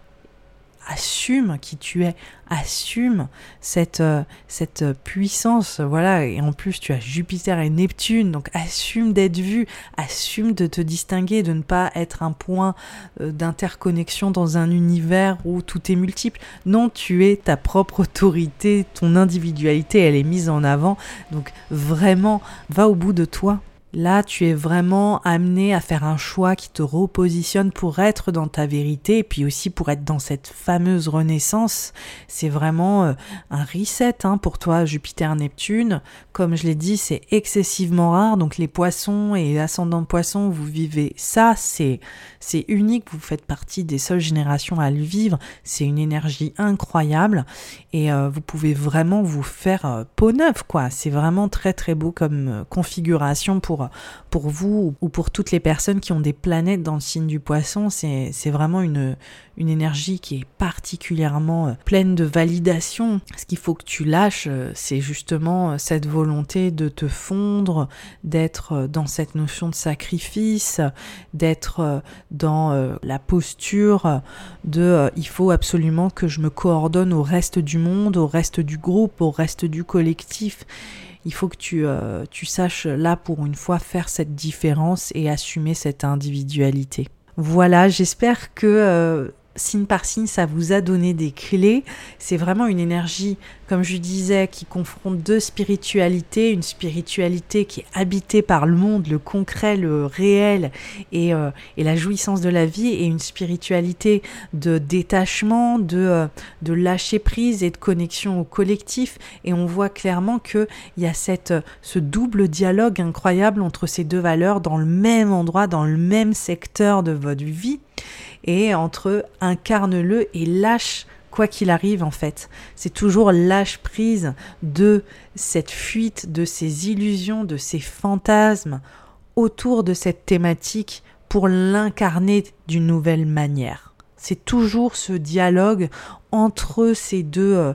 assume qui tu es, assume cette, euh, cette puissance, voilà, et en plus tu as Jupiter et Neptune, donc assume d'être vu, assume de te distinguer, de ne pas être un point euh, d'interconnexion dans un univers où tout est multiple. Non, tu es ta propre autorité, ton individualité, elle est mise en avant, donc vraiment, va au bout de toi. Là, tu es vraiment amené à faire un choix qui te repositionne pour être dans ta vérité et puis aussi pour être dans cette fameuse renaissance. C'est vraiment euh, un reset hein, pour toi, Jupiter-Neptune. Comme je l'ai dit, c'est excessivement rare. Donc les poissons et ascendants poissons, vous vivez ça. C'est, c'est unique. Vous faites partie des seules générations à le vivre. C'est une énergie incroyable et euh, vous pouvez vraiment vous faire euh, peau neuve, quoi. C'est vraiment très très beau comme euh, configuration pour pour vous ou pour toutes les personnes qui ont des planètes dans le signe du poisson. C'est, c'est vraiment une, une énergie qui est particulièrement pleine de validation. Ce qu'il faut que tu lâches, c'est justement cette volonté de te fondre, d'être dans cette notion de sacrifice, d'être dans la posture de il faut absolument que je me coordonne au reste du monde, au reste du groupe, au reste du collectif. Il faut que tu, euh, tu saches là pour une fois faire cette différence et assumer cette individualité. Voilà, j'espère que euh, signe par signe ça vous a donné des clés. C'est vraiment une énergie, comme je disais, qui confronte deux spiritualités. Une spiritualité qui est habitée par le monde, le concret, le réel et, euh, et la jouissance de la vie, et une spiritualité de détachement, de, euh, de lâcher prise et de connexion au collectif. Et on voit clairement qu'il y a cette, ce double dialogue incroyable entre ces deux valeurs dans le même endroit, dans le même secteur de votre vie. Et entre incarne-le et lâche quoi qu'il arrive en fait. C'est toujours lâche prise de cette fuite, de ces illusions, de ces fantasmes autour de cette thématique pour l'incarner d'une nouvelle manière. C'est toujours ce dialogue entre ces deux, euh,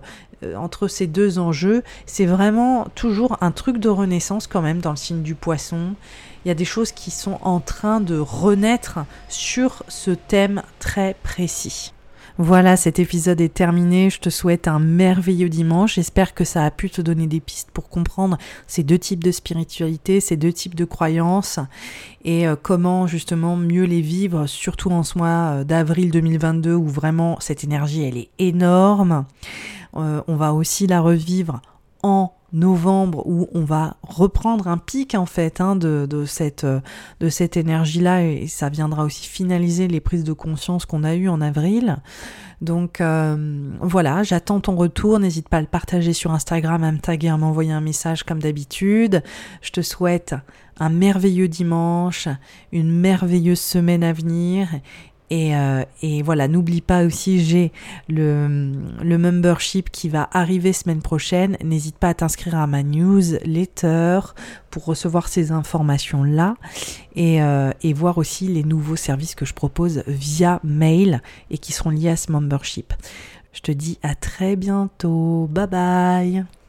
euh, entre ces deux enjeux, c'est vraiment toujours un truc de renaissance quand même dans le signe du Poisson. Il y a des choses qui sont en train de renaître sur ce thème très précis. Voilà, cet épisode est terminé. Je te souhaite un merveilleux dimanche. J'espère que ça a pu te donner des pistes pour comprendre ces deux types de spiritualité, ces deux types de croyances et euh, comment justement mieux les vivre, surtout en ce mois d'avril deux mille vingt-deux où vraiment cette énergie, elle est énorme. Euh, on va aussi la revivre en novembre où on va reprendre un pic en fait hein, de, de, cette, de cette énergie-là et ça viendra aussi finaliser les prises de conscience qu'on a eues en avril. Donc euh, voilà, j'attends ton retour, n'hésite pas à le partager sur Instagram, à me taguer, à m'envoyer un message comme d'habitude. Je te souhaite un merveilleux dimanche, une merveilleuse semaine à venir. Et, euh, et voilà, n'oublie pas aussi, j'ai le, le membership qui va arriver semaine prochaine. N'hésite pas à t'inscrire à ma newsletter pour recevoir ces informations-là et, euh, et voir aussi les nouveaux services que je propose via mail et qui seront liés à ce membership. Je te dis à très bientôt. Bye bye.